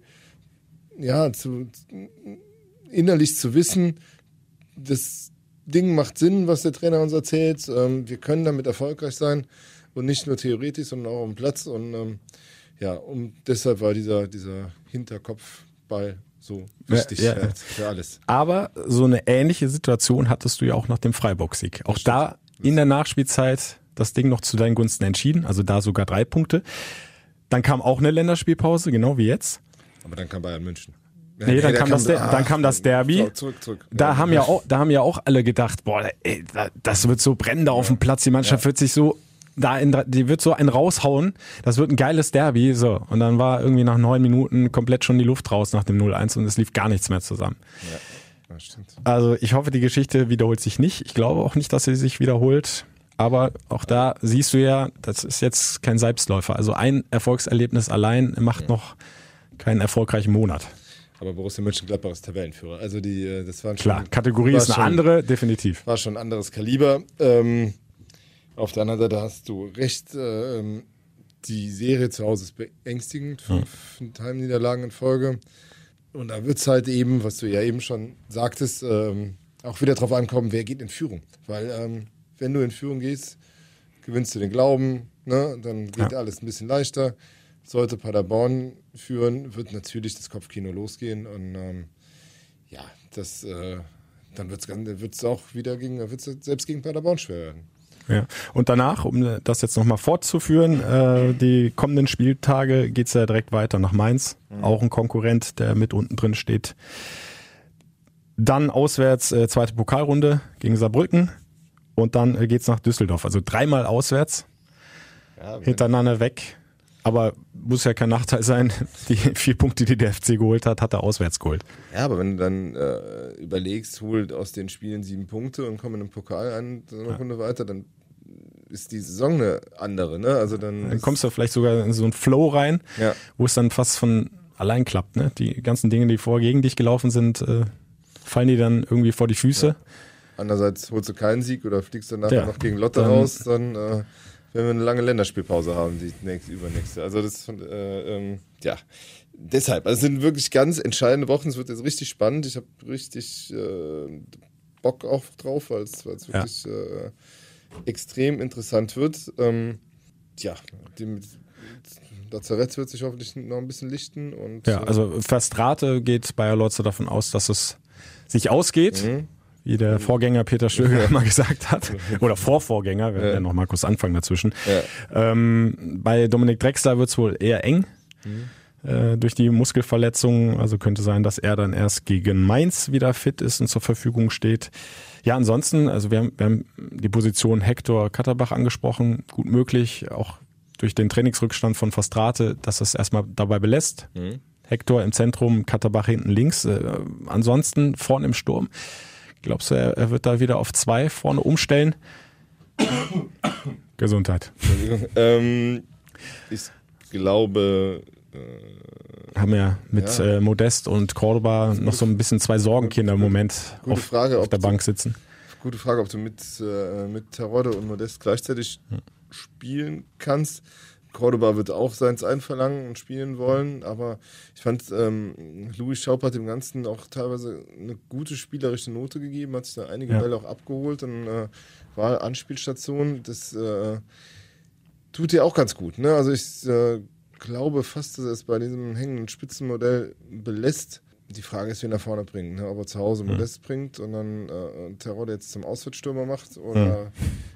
innerlich zu wissen, das Ding macht Sinn, was der Trainer uns erzählt. Wir können damit erfolgreich sein und nicht nur theoretisch, sondern auch am Platz. Und deshalb war dieser Hinterkopfball so wichtig für alles. Aber so eine ähnliche Situation hattest du ja auch nach dem Freiburg-Sieg. Auch da in der Nachspielzeit das Ding noch zu deinen Gunsten entschieden, also da sogar 3 Punkte. Dann kam auch eine Länderspielpause, genau wie jetzt. Aber dann kam Bayern München. Nee, dann kam das Derby. Zurück. Da haben ja auch alle gedacht, boah, ey, das wird so brennend auf dem Platz, die Mannschaft wird sich so die wird so einen raushauen, das wird ein geiles Derby, so. Und dann war irgendwie nach 9 Minuten komplett schon die Luft raus nach dem 0-1 und es lief gar nichts mehr zusammen. Ja, das stimmt. Also ich hoffe, die Geschichte wiederholt sich nicht. Ich glaube auch nicht, dass sie sich wiederholt. Aber auch da siehst du ja, das ist jetzt kein Selbstläufer. Also ein Erfolgserlebnis allein macht noch keinen erfolgreichen Monat. Aber Borussia Mönchengladbach ist Tabellenführer. Also das waren schon... Klar, Kategorie ist eine andere, definitiv. War schon ein anderes Kaliber. Auf der anderen Seite hast du recht, die Serie zu Hause ist beängstigend, 5 Heimniederlagen in Folge. Und da wird es halt eben, was du ja eben schon sagtest, auch wieder drauf ankommen, wer geht in Führung. Weil wenn du in Führung gehst, gewinnst du den Glauben, ne? Dann geht alles ein bisschen leichter. Sollte Paderborn führen, wird natürlich das Kopfkino losgehen. Und dann wird es auch wieder selbst gegen Paderborn schwer werden. Ja. Und danach, um das jetzt nochmal fortzuführen, die kommenden Spieltage geht's ja direkt weiter nach Mainz. Auch ein Konkurrent, der mit unten drin steht. Dann auswärts zweite Pokalrunde gegen Saarbrücken. Und dann geht's nach Düsseldorf. Also 3-mal auswärts, hintereinander weg. Aber muss ja kein Nachteil sein. Die 4 Punkte, die der FC geholt hat, hat er auswärts geholt. Ja, aber wenn du dann überlegst, holt aus den Spielen 7 Punkte und kommen im Pokal eine Runde weiter, dann ist die Saison eine andere, ne? Also dann kommst du vielleicht sogar in so einen Flow rein, wo es dann fast von allein klappt, ne? Die ganzen Dinge, die vorher gegen dich gelaufen sind, fallen dir dann irgendwie vor die Füße. Ja. Andererseits holst du keinen Sieg oder fliegst dann nachher noch gegen Lotte raus, dann wenn wir eine lange Länderspielpause haben, die übernächste. Also das deshalb. Also es sind wirklich ganz entscheidende Wochen. Es wird jetzt richtig spannend. Ich habe richtig Bock auch drauf, weil es wirklich extrem interessant wird. Lazarett wird sich hoffentlich noch ein bisschen lichten. Und, also Verstrate geht Bayer Lorzer davon aus, dass es sich ausgeht. Wie der Vorgänger Peter Stöger immer gesagt hat. Oder Vorvorgänger, wir haben ja noch Markus Anfang dazwischen. Ja. Bei Dominik Drexler wird es wohl eher eng durch die Muskelverletzung. Also könnte sein, dass er dann erst gegen Mainz wieder fit ist und zur Verfügung steht. Ja, ansonsten, also wir haben die Position Hector Katterbach angesprochen, gut möglich, auch durch den Trainingsrückstand von Verstrate, dass es erstmal dabei belässt. Hector im Zentrum, Katterbach hinten links. Ansonsten vorne im Sturm. Glaubst du, er wird da wieder auf 2 vorne umstellen? Gesundheit. Ich glaube... haben ja mit Modest und Cordoba noch so ein bisschen 2 Sorgenkinder im Moment auf der Bank sitzen. Gute Frage, ob du mit Terodde und Modest gleichzeitig spielen kannst. Cordoba wird auch seins einverlangen und spielen wollen, aber ich fand, Louis Schaub hat dem Ganzen auch teilweise eine gute spielerische Note gegeben, hat sich da einige Bälle auch abgeholt und war Anspielstation. Das tut dir auch ganz gut. Ne? Also ich glaube fast, dass er es bei diesem hängenden Spitzenmodell belässt. Die Frage ist, wen er vorne bringt. Ne? Ob er zu Hause Modest bringt und dann Terodde jetzt zum Auswärtsstürmer macht oder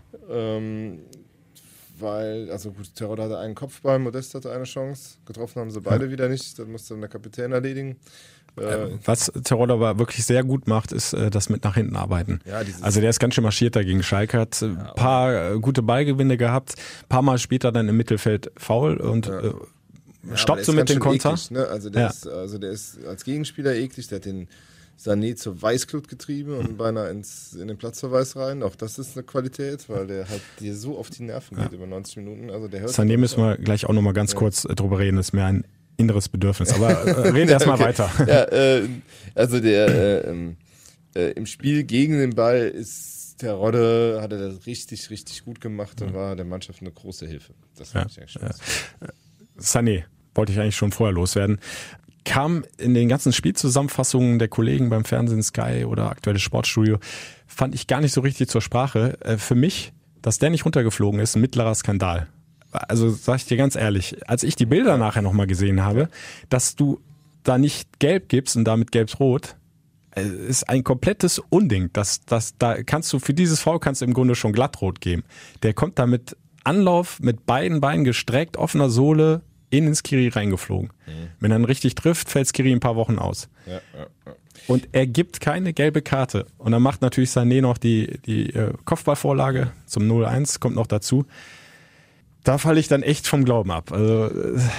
weil, also gut, Terodde hatte einen Kopfball, Modest hatte eine Chance. Getroffen haben sie beide wieder nicht. Das musste dann der Kapitän erledigen. Was Terodde aber wirklich sehr gut macht, ist das mit nach hinten arbeiten. Ja, also der ist ganz schön marschiert dagegen Schalke, hat ein paar gute Ballgewinne gehabt, ein paar Mal später dann im Mittelfeld faul und stoppt so mit dem Konter. Eklig, ne? Also der ist als Gegenspieler eklig, der hat den Sané zur Weißglut getrieben und beinahe in den Platzverweis rein. Auch das ist eine Qualität, weil der halt dir so auf die Nerven geht über 90 Minuten. Also der hört Sané müssen wir gleich auch nochmal ganz kurz drüber reden, das ist mir ein inneres Bedürfnis. Aber reden erstmal weiter. Ja, also der im Spiel gegen den Ball ist Terodde, hat er das richtig, richtig gut gemacht und war der Mannschaft eine große Hilfe. Das fand ich eigentlich schon. Sané wollte ich eigentlich schon vorher loswerden. Kam in den ganzen Spielzusammenfassungen der Kollegen beim Fernsehen Sky oder aktuelles Sportstudio, fand ich gar nicht so richtig zur Sprache. Für mich, dass der nicht runtergeflogen ist, ein mittlerer Skandal. Also sag ich dir ganz ehrlich, als ich die Bilder nachher nochmal gesehen habe, dass du da nicht gelb gibst und damit gelb-rot, ist ein komplettes Unding. Da kannst du für dieses Foul kannst du im Grunde schon glattrot geben. Der kommt da mit Anlauf, mit beiden Beinen gestreckt, offener Sohle, in Skiri reingeflogen. Wenn er ihn richtig trifft, fällt Skiri ein paar Wochen aus. Ja. Und er gibt keine gelbe Karte. Und dann macht natürlich Sané noch die Kopfballvorlage zum 0-1, kommt noch dazu. Da falle ich dann echt vom Glauben ab. Also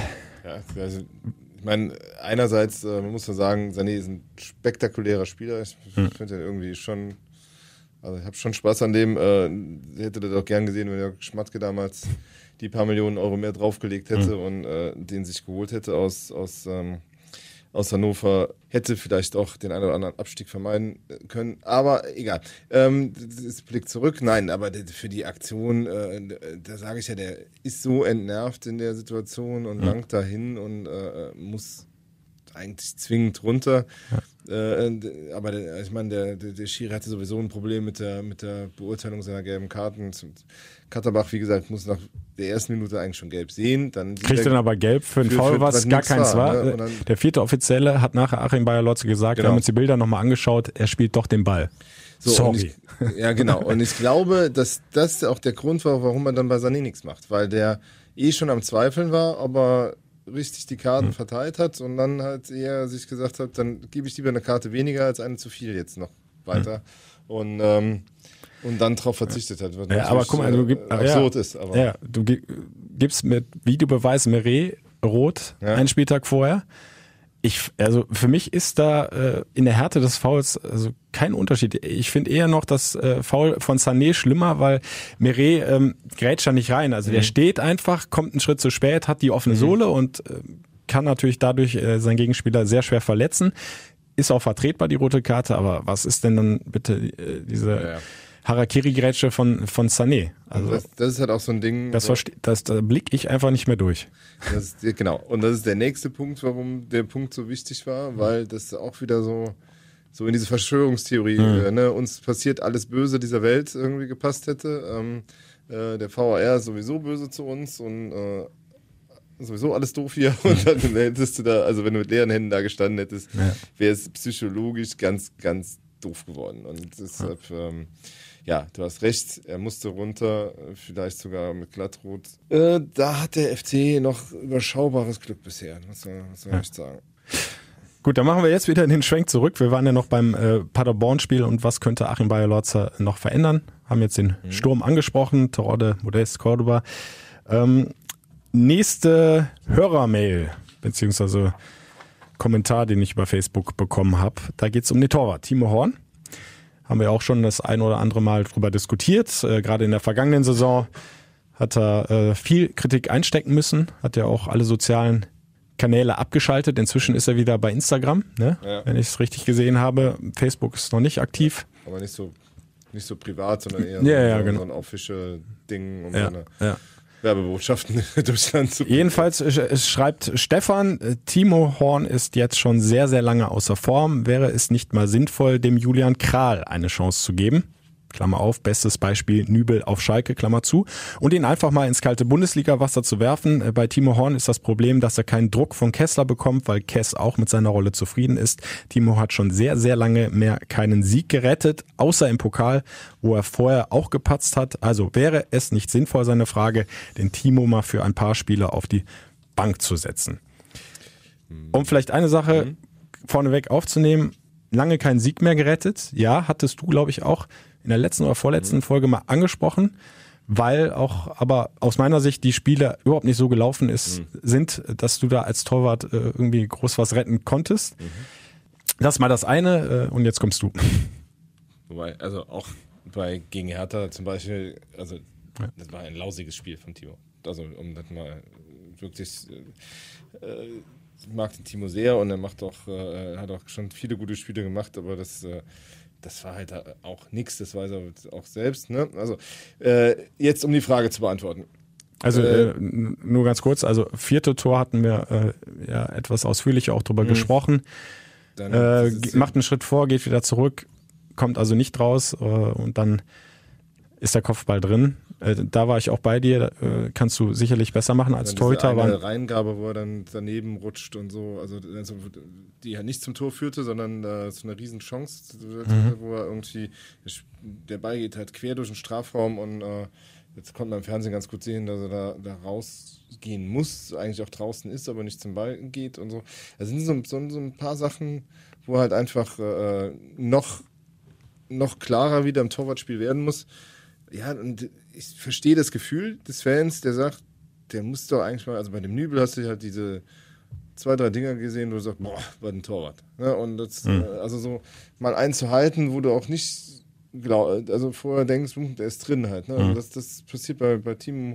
ich meine, einerseits man muss man sagen, Sané ist ein spektakulärer Spieler. Ich finde den irgendwie schon, also ich habe schon Spaß an dem. Hätte das auch gern gesehen, wenn der Schmatke damals die paar Millionen Euro mehr draufgelegt hätte und den sich geholt hätte aus Hannover, hätte vielleicht auch den einen oder anderen Abstieg vermeiden können. Aber egal. Das Blick zurück. Nein, aber für die Aktion, da sage ich ja, der ist so entnervt in der Situation und langt dahin und muss eigentlich zwingend runter. Aber ich meine, der Schiri hatte sowieso ein Problem mit der Beurteilung seiner gelben Karten. Katterbach, wie gesagt, muss nach der ersten Minute eigentlich schon gelb sehen. Dann kriegt er dann aber gelb für einen Foul, was gar keins war. Ne? Der 4. Offizielle hat nachher Achim Bayer-Lotze gesagt, wir haben uns die Bilder nochmal angeschaut, er spielt doch den Ball. So, sorry. Ja, genau. Und ich glaube, dass das auch der Grund war, warum man dann bei Sané nichts macht. Weil der schon am Zweifeln war, ob er richtig die Karten verteilt hat und dann halt eher sich gesagt hat, dann gebe ich lieber eine Karte weniger als eine zu viel jetzt noch weiter. Und dann drauf verzichtet hat. Was aber guck mal, absurd ist. Aber. Ja, du gibst mit Videobeweis Meret rot einen Spieltag vorher. Also für mich ist da in der Härte des Fouls also kein Unterschied. Ich finde eher noch das Foul von Sané schlimmer, weil Meret grätscht da nicht rein. Also der steht einfach, kommt einen Schritt zu spät, hat die offene Sohle und kann natürlich dadurch seinen Gegenspieler sehr schwer verletzen. Ist auch vertretbar, die rote Karte, aber was ist denn dann bitte diese Harakiri-Grätsche von Sané? Also das ist halt auch so ein Ding. Da blicke ich einfach nicht mehr durch. Genau. Und das ist der nächste Punkt, warum der Punkt so wichtig war, weil das auch wieder so in diese Verschwörungstheorie, ne, uns passiert alles Böse dieser Welt irgendwie gepasst hätte. Der VAR ist sowieso böse zu uns und sowieso alles doof hier. Und dann hättest du da, also wenn du mit leeren Händen da gestanden hättest, wäre es psychologisch ganz, ganz doof geworden. Und deshalb, du hast recht, er musste runter, vielleicht sogar mit Glattrot. Da hat der FC noch überschaubares Glück bisher, muss man echt sagen. Gut, dann machen wir jetzt wieder den Schwenk zurück. Wir waren ja noch beim Paderborn-Spiel und was könnte Achim Beyer-Lorzer noch verändern? Haben jetzt den Sturm angesprochen, Terodde, Modest, Cordoba. Nächste Hörermail, beziehungsweise Kommentar, den ich über Facebook bekommen habe. Da geht es um den Torwart, Timo Horn. Haben wir auch schon das ein oder andere Mal drüber diskutiert. Gerade in der vergangenen Saison hat er viel Kritik einstecken müssen, hat ja auch alle sozialen Kanäle abgeschaltet. Inzwischen ist er wieder bei Instagram, ne? Ja. Wenn ich es richtig gesehen habe. Facebook ist noch nicht aktiv. Aber nicht so privat, sondern eher genau. So ein official Ding, um seine Werbebotschaften durchs Land zu bringen. Jedenfalls es schreibt Stefan, Timo Horn ist jetzt schon sehr, sehr lange außer Form. Wäre es nicht mal sinnvoll, dem Julian Kral eine Chance zu geben? Klammer auf, bestes Beispiel Nübel auf Schalke, Klammer zu, und ihn einfach mal ins kalte Bundesliga-Wasser zu werfen. Bei Timo Horn ist das Problem, dass er keinen Druck von Kessler bekommt, weil Kess auch mit seiner Rolle zufrieden ist. Timo hat schon sehr, sehr lange mehr keinen Sieg gerettet, außer im Pokal, wo er vorher auch gepatzt hat. Also wäre es nicht sinnvoll, seine Frage, den Timo mal für ein paar Spiele auf die Bank zu setzen. Um vielleicht eine Sache vorneweg aufzunehmen, lange keinen Sieg mehr gerettet. Ja, hattest du, glaube ich, auch in der letzten oder vorletzten Folge mal angesprochen, weil auch aber aus meiner Sicht die Spiele überhaupt nicht so gelaufen sind, dass du da als Torwart irgendwie groß was retten konntest. Das ist mal das eine und jetzt kommst du. Wobei, also auch gegen Hertha zum Beispiel, also das war ein lausiges Spiel von Timo. Also um das mal wirklich, ich mag den Timo sehr und er hat auch schon viele gute Spiele gemacht, aber das war halt auch nichts, das weiß er auch selbst. Ne? Also jetzt um die Frage zu beantworten. Also nur ganz kurz, also 4. Tor hatten wir etwas ausführlicher auch drüber gesprochen. Macht einen Schritt vor, geht wieder zurück, kommt also nicht raus und dann ist der Kopfball drin. Da war ich auch bei dir, kannst du sicherlich besser machen als Torhüter. Eine Reingabe, wo er dann daneben rutscht und so, also die ja nicht zum Tor führte, sondern zu einer riesen Chance, wo er irgendwie, der Ball geht halt quer durch den Strafraum und jetzt konnte man im Fernsehen ganz gut sehen, dass er da rausgehen muss, eigentlich auch draußen ist, aber nicht zum Ball geht und so. Also sind so ein paar Sachen, wo er halt einfach noch klarer wieder im Torwartspiel werden muss. Ja, und ich verstehe das Gefühl des Fans, der sagt, der muss doch eigentlich mal, also bei dem Nübel hast du halt diese 2, 3 Dinger gesehen, wo du sagst, boah, war ein Torwart. Ja, und das, also so mal einen zu halten, wo du auch nicht also vorher denkst, der ist drin halt. Ne? Also das passiert bei Timo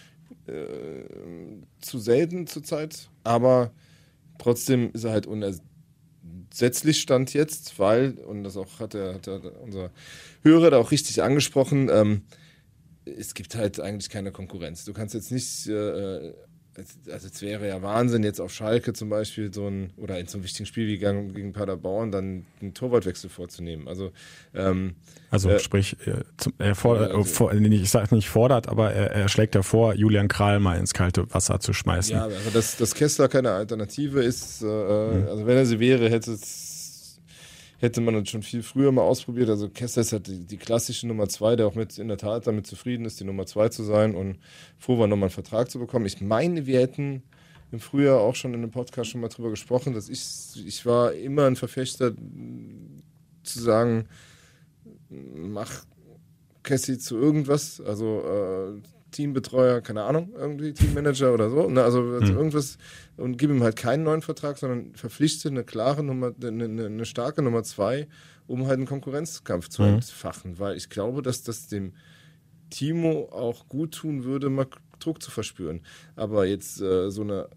zu selten zurzeit, aber trotzdem ist er halt unersetzlich Stand jetzt, weil, und das auch hat unser Hörer da auch richtig angesprochen, es gibt halt eigentlich keine Konkurrenz. Du kannst jetzt nicht, also es wäre ja Wahnsinn, jetzt auf Schalke zum Beispiel oder in so einem wichtigen Spiel wie gegen Paderborn dann einen Torwartwechsel vorzunehmen. Also sprich, ich sage nicht fordert, aber er schlägt vor, Julian Kral mal ins kalte Wasser zu schmeißen. Ja, also dass Kessler keine Alternative ist, also wenn er sie wäre, hätte man das schon viel früher mal ausprobiert. Also Kessler ist halt die klassische Nummer 2, der auch in der Tat damit zufrieden ist, die Nummer 2 zu sein und froh war, nochmal einen Vertrag zu bekommen. Ich meine, wir hätten im Frühjahr auch schon in einem Podcast schon mal drüber gesprochen, dass ich war immer ein Verfechter zu sagen, mach Kessi zu irgendwas, also Teambetreuer, keine Ahnung, irgendwie Teammanager oder so, ne? Also irgendwas, und gib ihm halt keinen neuen Vertrag, sondern verpflichte eine klare Nummer, eine starke Nummer 2, um halt einen Konkurrenzkampf zu entfachen, weil ich glaube, dass das dem Timo auch gut tun würde, mal Druck zu verspüren. Aber jetzt so eine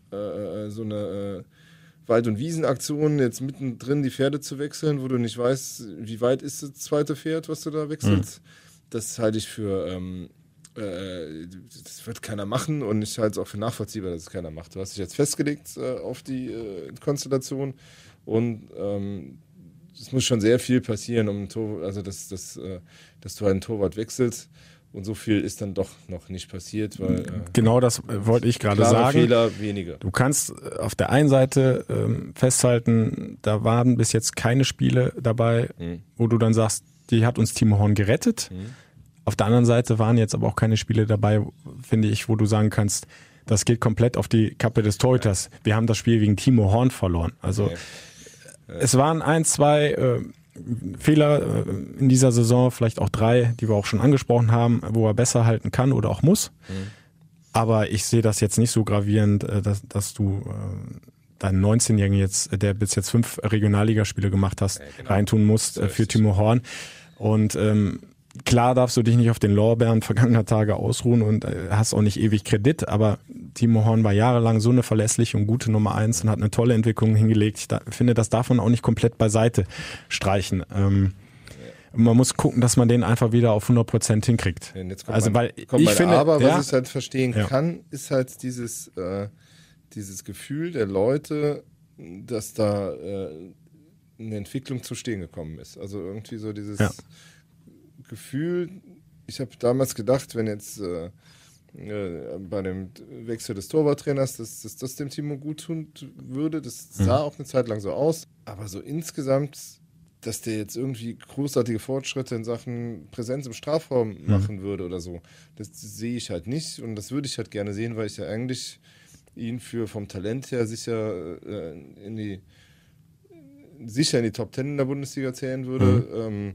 Wald- und Wiesenaktion, jetzt mittendrin die Pferde zu wechseln, wo du nicht weißt, wie weit ist das zweite Pferd, was du da wechselst, das halte ich für das wird keiner machen und ich halte es auch für nachvollziehbar, dass es keiner macht. Du hast dich jetzt festgelegt auf die Konstellation und es muss schon sehr viel passieren, dass du einen Torwart wechselst. Und so viel ist dann doch noch nicht passiert, weil genau das wollte ich gerade sagen. Fehler weniger. Du kannst auf der einen Seite festhalten, da waren bis jetzt keine Spiele dabei, wo du dann sagst, die hat uns Timo Horn gerettet. Auf der anderen Seite waren jetzt aber auch keine Spiele dabei, finde ich, wo du sagen kannst, das geht komplett auf die Kappe des Torhüters. Wir haben das Spiel wegen Timo Horn verloren. Also Es waren 1, 2 Fehler in dieser Saison, vielleicht auch 3, die wir auch schon angesprochen haben, wo er besser halten kann oder auch muss. Aber ich sehe das jetzt nicht so gravierend, dass du deinen 19-Jährigen jetzt, der bis jetzt 5 Regionalligaspiele gemacht hast, reintun musst für Timo Horn. Und klar darfst du dich nicht auf den Lorbeeren vergangener Tage ausruhen und hast auch nicht ewig Kredit, aber Timo Horn war jahrelang so eine verlässliche und gute Nummer 1 und hat eine tolle Entwicklung hingelegt. Ich finde, das darf man auch nicht komplett beiseite streichen. Man muss gucken, dass man den einfach wieder auf 100% hinkriegt. Aber was ich halt verstehen kann, ist halt dieses Gefühl der Leute, dass da eine Entwicklung zu stehen gekommen ist. Also irgendwie so dieses Gefühl, ich habe damals gedacht, wenn jetzt bei dem Wechsel des Torwarttrainers, dass das dem Timo gut tun würde. Das sah auch eine Zeit lang so aus. Aber so insgesamt, dass der jetzt irgendwie großartige Fortschritte in Sachen Präsenz im Strafraum machen würde oder so, das sehe ich halt nicht. Und das würde ich halt gerne sehen, weil ich ja eigentlich ihn vom Talent her sicher in die Top 10 in der Bundesliga zählen würde.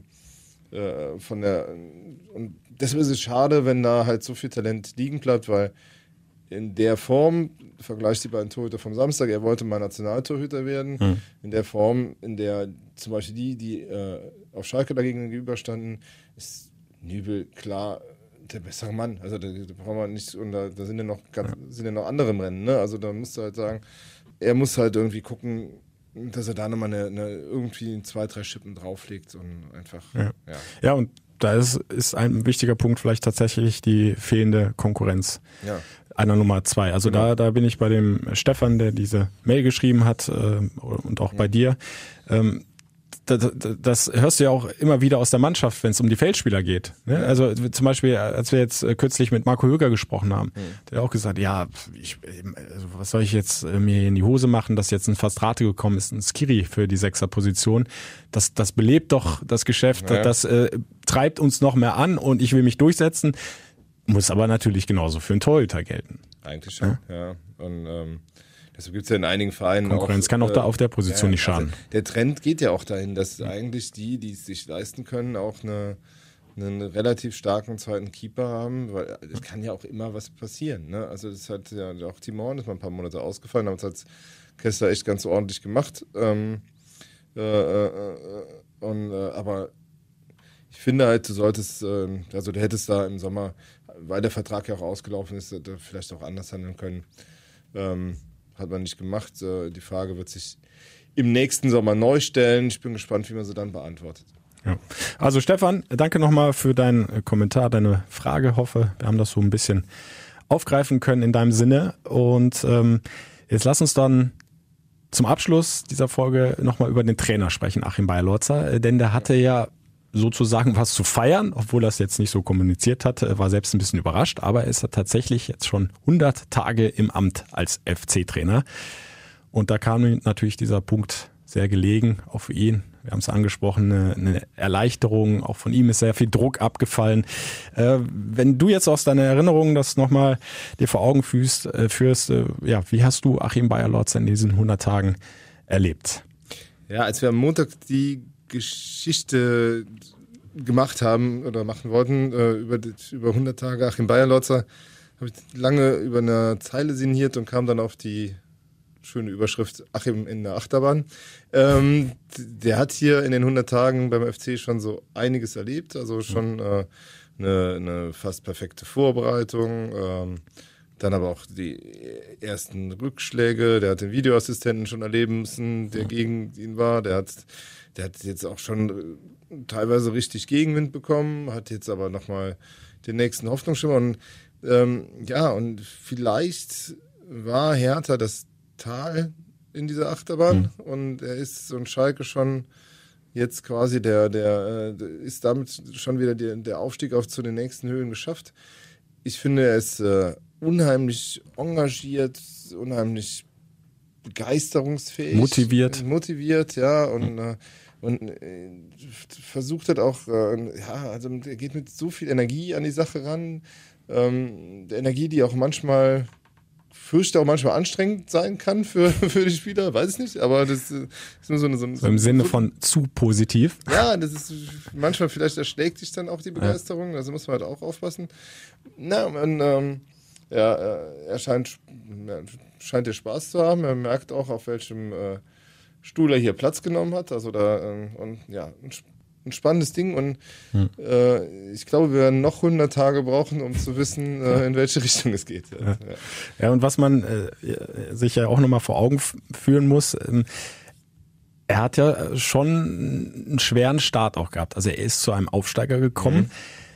Und deshalb ist es schade, wenn da halt so viel Talent liegen bleibt, weil in der Form, vergleich die beiden Torhüter vom Samstag, er wollte mal Nationaltorhüter werden, in der Form, in der zum Beispiel die auf Schalke dagegen gegenüberstanden, ist Nübel klar der bessere Mann. Also da brauchen wir nicht, und da sind ja noch andere im Rennen, ne? Also da musst du halt sagen, er muss halt irgendwie gucken, dass er da nochmal irgendwie 2, 3 Schippen drauflegt und einfach, Ja, und da ist ein wichtiger Punkt vielleicht tatsächlich die fehlende Konkurrenz einer Nummer 2. Also da bin ich bei dem Stefan, der diese Mail geschrieben hat und auch bei dir. Das hörst du ja auch immer wieder aus der Mannschaft, wenn es um die Feldspieler geht. Ne? Also zum Beispiel, als wir jetzt kürzlich mit Marco Höger gesprochen haben, der hat auch gesagt, also was soll ich jetzt mir in die Hose machen, dass jetzt ein Fastrate gekommen ist, ein Skiri für die 6er-Position. Das belebt doch das Geschäft, das treibt uns noch mehr an und ich will mich durchsetzen, muss aber natürlich genauso für einen Torhüter gelten. Eigentlich schon, ja. Und deshalb gibt es ja in einigen Vereinen Konkurrenz kann auch da auf der Position nicht schaden. Also der Trend geht ja auch dahin, dass eigentlich die es sich leisten können, auch einen relativ starken zweiten Keeper haben, weil es kann ja auch immer was passieren. Ne? Also das hat ja auch Timo Horn, ist mal ein paar Monate ausgefallen, aber das hat Kessler echt ganz ordentlich gemacht. Aber ich finde halt, du hättest da im Sommer, weil der Vertrag ja auch ausgelaufen ist, vielleicht auch anders handeln können. Hat man nicht gemacht. Die Frage wird sich im nächsten Sommer neu stellen. Ich bin gespannt, wie man sie dann beantwortet. Ja. Also Stefan, danke nochmal für deinen Kommentar, deine Frage. Hoffe, wir haben das so ein bisschen aufgreifen können in deinem Sinne. Und jetzt lass uns dann zum Abschluss dieser Folge nochmal über den Trainer sprechen, Achim Beierlorzer. Denn der hatte ja sozusagen was zu feiern, obwohl er es jetzt nicht so kommuniziert hat, war selbst ein bisschen überrascht, aber er ist tatsächlich jetzt schon 100 Tage im Amt als FC-Trainer. Und da kam natürlich dieser Punkt sehr gelegen, auch für ihn. Wir haben es angesprochen, eine Erleichterung, auch von ihm ist sehr viel Druck abgefallen. Wenn du jetzt aus deiner Erinnerung das nochmal dir vor Augen führst, wie hast du Achim Beierlorzer in diesen 100 Tagen erlebt? Ja, als wir am Montag die Geschichte gemacht haben oder machen wollten über 100 Tage Achim Beierlorzer, habe ich lange über eine Zeile sinniert und kam dann auf die schöne Überschrift Achim in der Achterbahn. Der hat hier in den 100 Tagen beim FC schon so einiges erlebt, also schon eine fast perfekte Vorbereitung, dann aber auch die ersten Rückschläge, der hat den Videoassistenten schon erleben müssen, der gegen ihn war, der hat jetzt auch schon teilweise richtig Gegenwind bekommen, hat jetzt aber nochmal den nächsten Hoffnungsschimmer und und vielleicht war Hertha das Tal in dieser Achterbahn und er ist so ein Schalke schon jetzt quasi der ist damit schon wieder der Aufstieg zu den nächsten Höhen geschafft. Ich finde, er ist unheimlich engagiert, unheimlich begeisterungsfähig. Motiviert, ja, und versucht hat auch, also er geht mit so viel Energie an die Sache ran, Energie, die auch manchmal fürchte auch manchmal anstrengend sein kann für die Spieler, weiß ich nicht, aber das ist nur so im Sinne von zu positiv. Ja, das ist manchmal vielleicht erschlägt sich dann auch die Begeisterung, also muss man halt auch aufpassen. Na, und er scheint ja Spaß zu haben, er merkt auch, auf welchem Stuhl er hier Platz genommen hat, also ein spannendes Ding und ich glaube, wir werden noch 100 Tage brauchen, um zu wissen, in welche Richtung es geht. Ja, und was man sich ja auch nochmal vor Augen führen muss, er hat ja schon einen schweren Start auch gehabt. Also er ist zu einem Aufsteiger gekommen,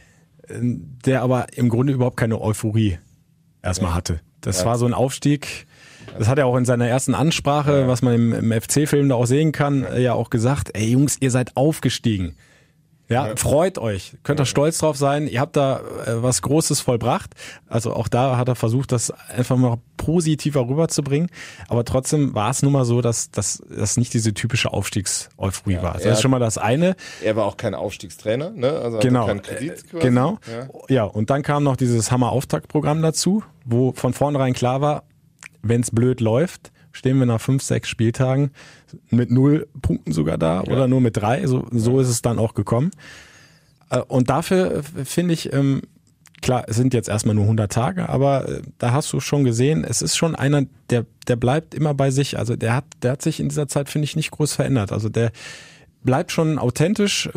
der aber im Grunde überhaupt keine Euphorie erstmal hatte. Das war so ein Aufstieg. Das hat er auch in seiner ersten Ansprache, was man im FC-Film da auch sehen kann, ja auch gesagt, ey Jungs, ihr seid aufgestiegen. Ja, freut euch. Könnt ihr stolz drauf sein. Ihr habt da was Großes vollbracht. Also auch da hat er versucht, das einfach mal positiver rüberzubringen. Aber trotzdem war es nun mal so, dass das nicht diese typische Aufstiegseuphorie war. Also das ist schon mal das eine. Er war auch kein Aufstiegstrainer, ne? Also genau. Kein Kredit quasi. Genau. Ja, und dann kam noch dieses Hammer-Auftaktprogramm dazu, wo von vornherein klar war, wenn es blöd läuft, stehen wir nach 5, 6 Spieltagen mit 0 Punkten sogar da oder nur mit 3. So ist es dann auch gekommen. Und dafür finde ich, klar, es sind jetzt erstmal nur 100 Tage, aber da hast du schon gesehen, es ist schon einer, der bleibt immer bei sich. Also der hat sich in dieser Zeit, finde ich, nicht groß verändert. Also der bleibt schon authentisch.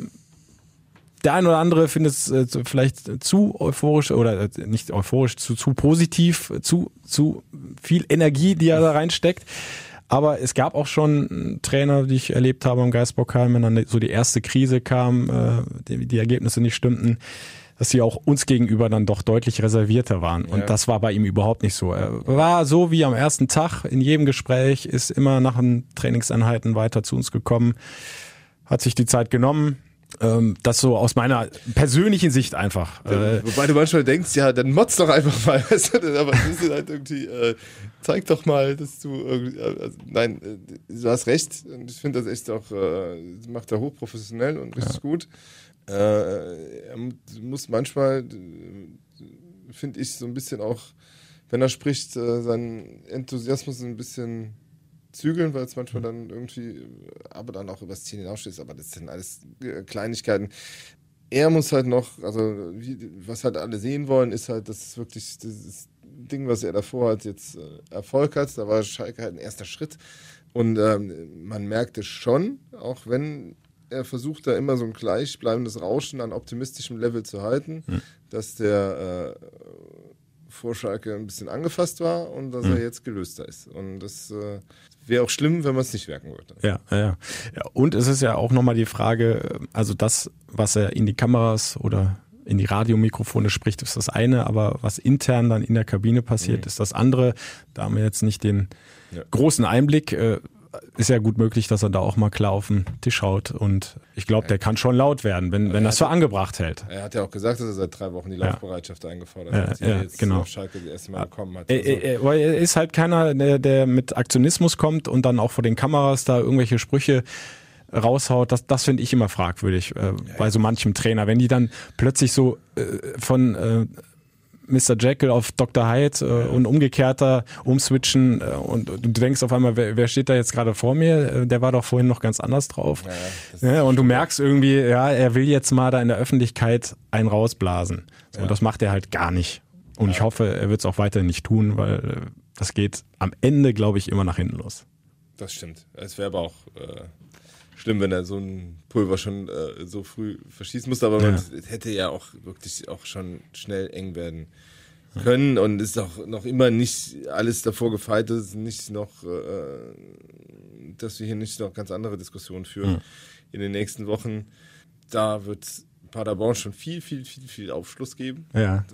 Der ein oder andere findet es vielleicht zu euphorisch oder nicht euphorisch, zu positiv, zu viel Energie, die er da reinsteckt. Aber es gab auch schon Trainer, die ich erlebt habe im Geistbockheim, wenn dann so die erste Krise kam, die Ergebnisse nicht stimmten, dass sie auch uns gegenüber dann doch deutlich reservierter waren. Und das war bei ihm überhaupt nicht so. Er war so wie am ersten Tag in jedem Gespräch, ist immer nach den Trainingseinheiten weiter zu uns gekommen, hat sich die Zeit genommen. Das so aus meiner persönlichen Sicht einfach. Wobei du manchmal denkst, ja, dann motz doch einfach mal. Weißt du? Aber das ist halt irgendwie, zeig doch mal, dass du irgendwie, nein, du hast recht. Und ich finde das echt auch, macht er hochprofessionell und richtig gut. Er muss manchmal, finde ich, so ein bisschen auch, wenn er spricht, seinen Enthusiasmus ein bisschen zügeln, weil es manchmal dann irgendwie, aber dann auch übers Ziel hinausschießt, aber das sind alles Kleinigkeiten. Er muss halt noch, also was halt alle sehen wollen, ist halt, dass wirklich dieses Ding, was er davor hat, jetzt Erfolg hat. Da war Schalke halt ein erster Schritt und man merkt es schon, auch wenn er versucht, da immer so ein gleichbleibendes Rauschen an optimistischem Level zu halten, dass der vor Schalke ein bisschen angefasst war und dass er jetzt gelöster ist. Und das wäre auch schlimm, wenn man es nicht merken würde. Ja. Und es ist ja auch nochmal die Frage, also das, was er in die Kameras oder in die Radiomikrofone spricht, ist das eine, aber was intern dann in der Kabine passiert, ist das andere. Da haben wir jetzt nicht den großen Einblick. Ist ja gut möglich, dass er da auch mal klar auf den Tisch haut und ich glaube, der kann schon laut werden, wenn das für angebracht hält. Er hat ja auch gesagt, dass er seit 3 Wochen die Laufbereitschaft eingefordert hat, die er jetzt genau. auf Schalke das erste Mal bekommen hat. Er ist halt keiner, der mit Aktionismus kommt und dann auch vor den Kameras da irgendwelche Sprüche raushaut. Das finde ich immer fragwürdig bei so manchem Trainer. Wenn die dann plötzlich so von Mr. Jekyll auf Dr. Hyde und umgekehrter umswitchen und du denkst auf einmal, wer steht da jetzt gerade vor mir? Der war doch vorhin noch ganz anders drauf. Und du merkst irgendwie, er will jetzt mal da in der Öffentlichkeit einen rausblasen. Und das macht er halt gar nicht. Und ich hoffe, er wird es auch weiterhin nicht tun, weil das geht am Ende, glaube ich, immer nach hinten los. Das stimmt. Es wäre aber auch schlimm, wenn er so ein Pulver schon so früh verschießen musste, aber man hätte ja auch wirklich auch schon schnell eng werden können und ist auch noch immer nicht alles davor gefeit, dass wir hier nicht noch ganz andere Diskussionen führen in den nächsten Wochen. Da wird Paderborn schon viel Aufschluss geben.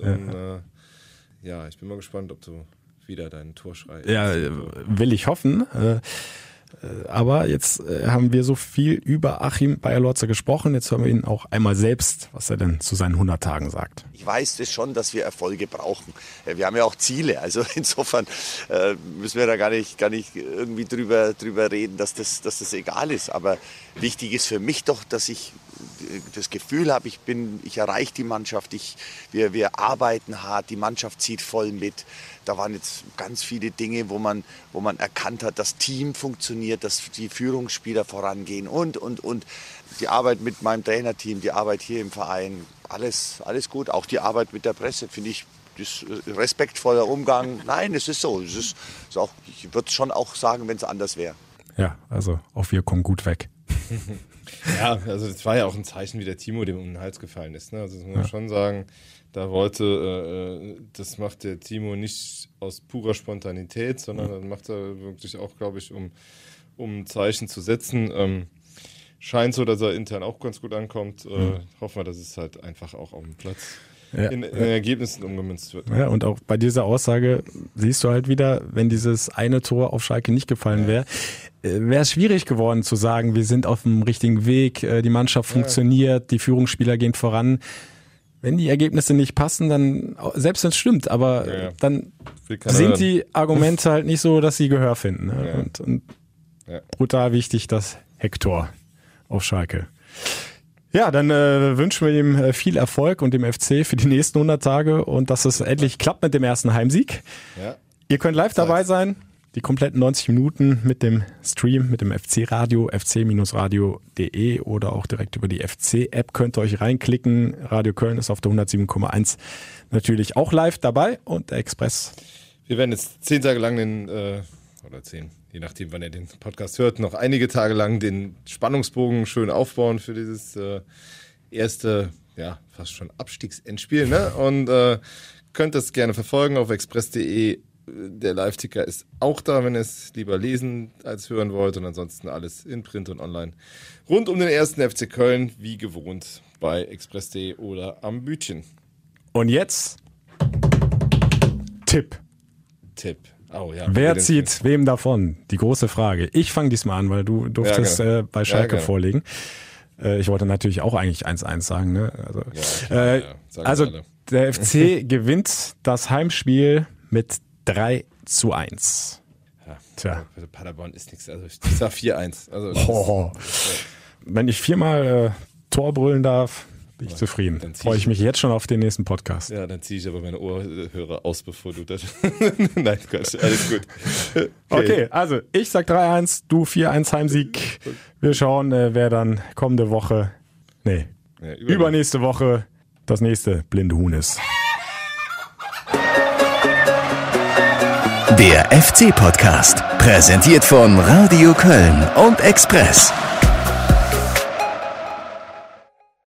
Ich bin mal gespannt, ob du wieder deinen Torschrei. Ja, will ich hoffen. Aber jetzt haben wir so viel über Achim Beyer-Lorzer gesprochen. Jetzt hören wir ihn auch einmal selbst, was er denn zu seinen 100 Tagen sagt. Ich weiß das schon, dass wir Erfolge brauchen. Wir haben ja auch Ziele. Also insofern müssen wir da gar nicht irgendwie drüber reden, dass das egal ist. Aber wichtig ist für mich doch, dass ich das Gefühl habe, ich erreiche die Mannschaft, wir arbeiten hart, die Mannschaft zieht voll mit. Da waren jetzt ganz viele Dinge, wo man erkannt hat, das Team funktioniert, dass die Führungsspieler vorangehen und. Die Arbeit mit meinem Trainerteam, die Arbeit hier im Verein, alles gut. Auch die Arbeit mit der Presse, finde ich, das respektvoller Umgang. Nein, es ist so. Ist auch, ich würde schon auch sagen, wenn es anders wäre. Ja, also auch wir kommen gut weg. Ja, also das war ja auch ein Zeichen, wie der Timo dem um den Hals gefallen ist. Ne? Also das muss man schon sagen, das macht der Timo nicht aus purer Spontanität, sondern das macht er wirklich auch, glaube ich, um ein Zeichen zu setzen. Scheint so, dass er intern auch ganz gut ankommt. Hoffen wir, dass es halt einfach auch auf dem Platz in Ergebnissen umgemünzt wird. Ja, und auch bei dieser Aussage siehst du halt wieder, wenn dieses eine Tor auf Schalke nicht gefallen wäre, wäre es schwierig geworden zu sagen, wir sind auf dem richtigen Weg, die Mannschaft funktioniert, die Führungsspieler gehen voran. Wenn die Ergebnisse nicht passen, dann, selbst wenn es stimmt, aber dann sind die Argumente halt nicht so, dass sie Gehör finden. Ne? Und brutal wichtig, das Hector auf Schalke. Ja, dann wünschen wir ihm viel Erfolg und dem FC für die nächsten 100 Tage und dass es endlich klappt mit dem ersten Heimsieg. Ja. Ihr könnt live dabei sein, die kompletten 90 Minuten mit dem Stream, mit dem FC-Radio, fc-radio.de oder auch direkt über die FC-App könnt ihr euch reinklicken. Radio Köln ist auf der 107,1 natürlich auch live dabei und der Express. Wir werden jetzt 10 Tage lang je nachdem, wann ihr den Podcast hört, noch einige Tage lang den Spannungsbogen schön aufbauen für dieses erste, fast schon Abstiegsendspiel. Ne? Und könnt das gerne verfolgen auf express.de. Der Live-Ticker ist auch da, wenn ihr es lieber lesen als hören wollt. Und ansonsten alles in Print und online rund um den ersten FC Köln, wie gewohnt bei express.de oder am Bütchen. Und jetzt Tipp. Oh, ja, wer zieht wem davon? Die große Frage. Ich fange diesmal an, weil du durftest bei Schalke vorlegen. Ich wollte natürlich auch eigentlich 1-1 sagen. Ne? Also der FC gewinnt das Heimspiel mit 3-1. Ja, tja. Paderborn ist nichts. Also ich sag 4-1. Also wenn ich 4-mal Tor brüllen darf, bin ich zufrieden. Freue ich mich jetzt schon auf den nächsten Podcast. Ja, dann ziehe ich aber meine Ohrhörer aus, bevor du das... Nein, Quatsch, alles gut. Okay, also ich sag 3-1, du 4-1 Heimsieg. Wir schauen, wer dann kommende Woche, übernächste Woche das nächste blinde Huhn ist. Der FC-Podcast, präsentiert von Radio Köln und Express.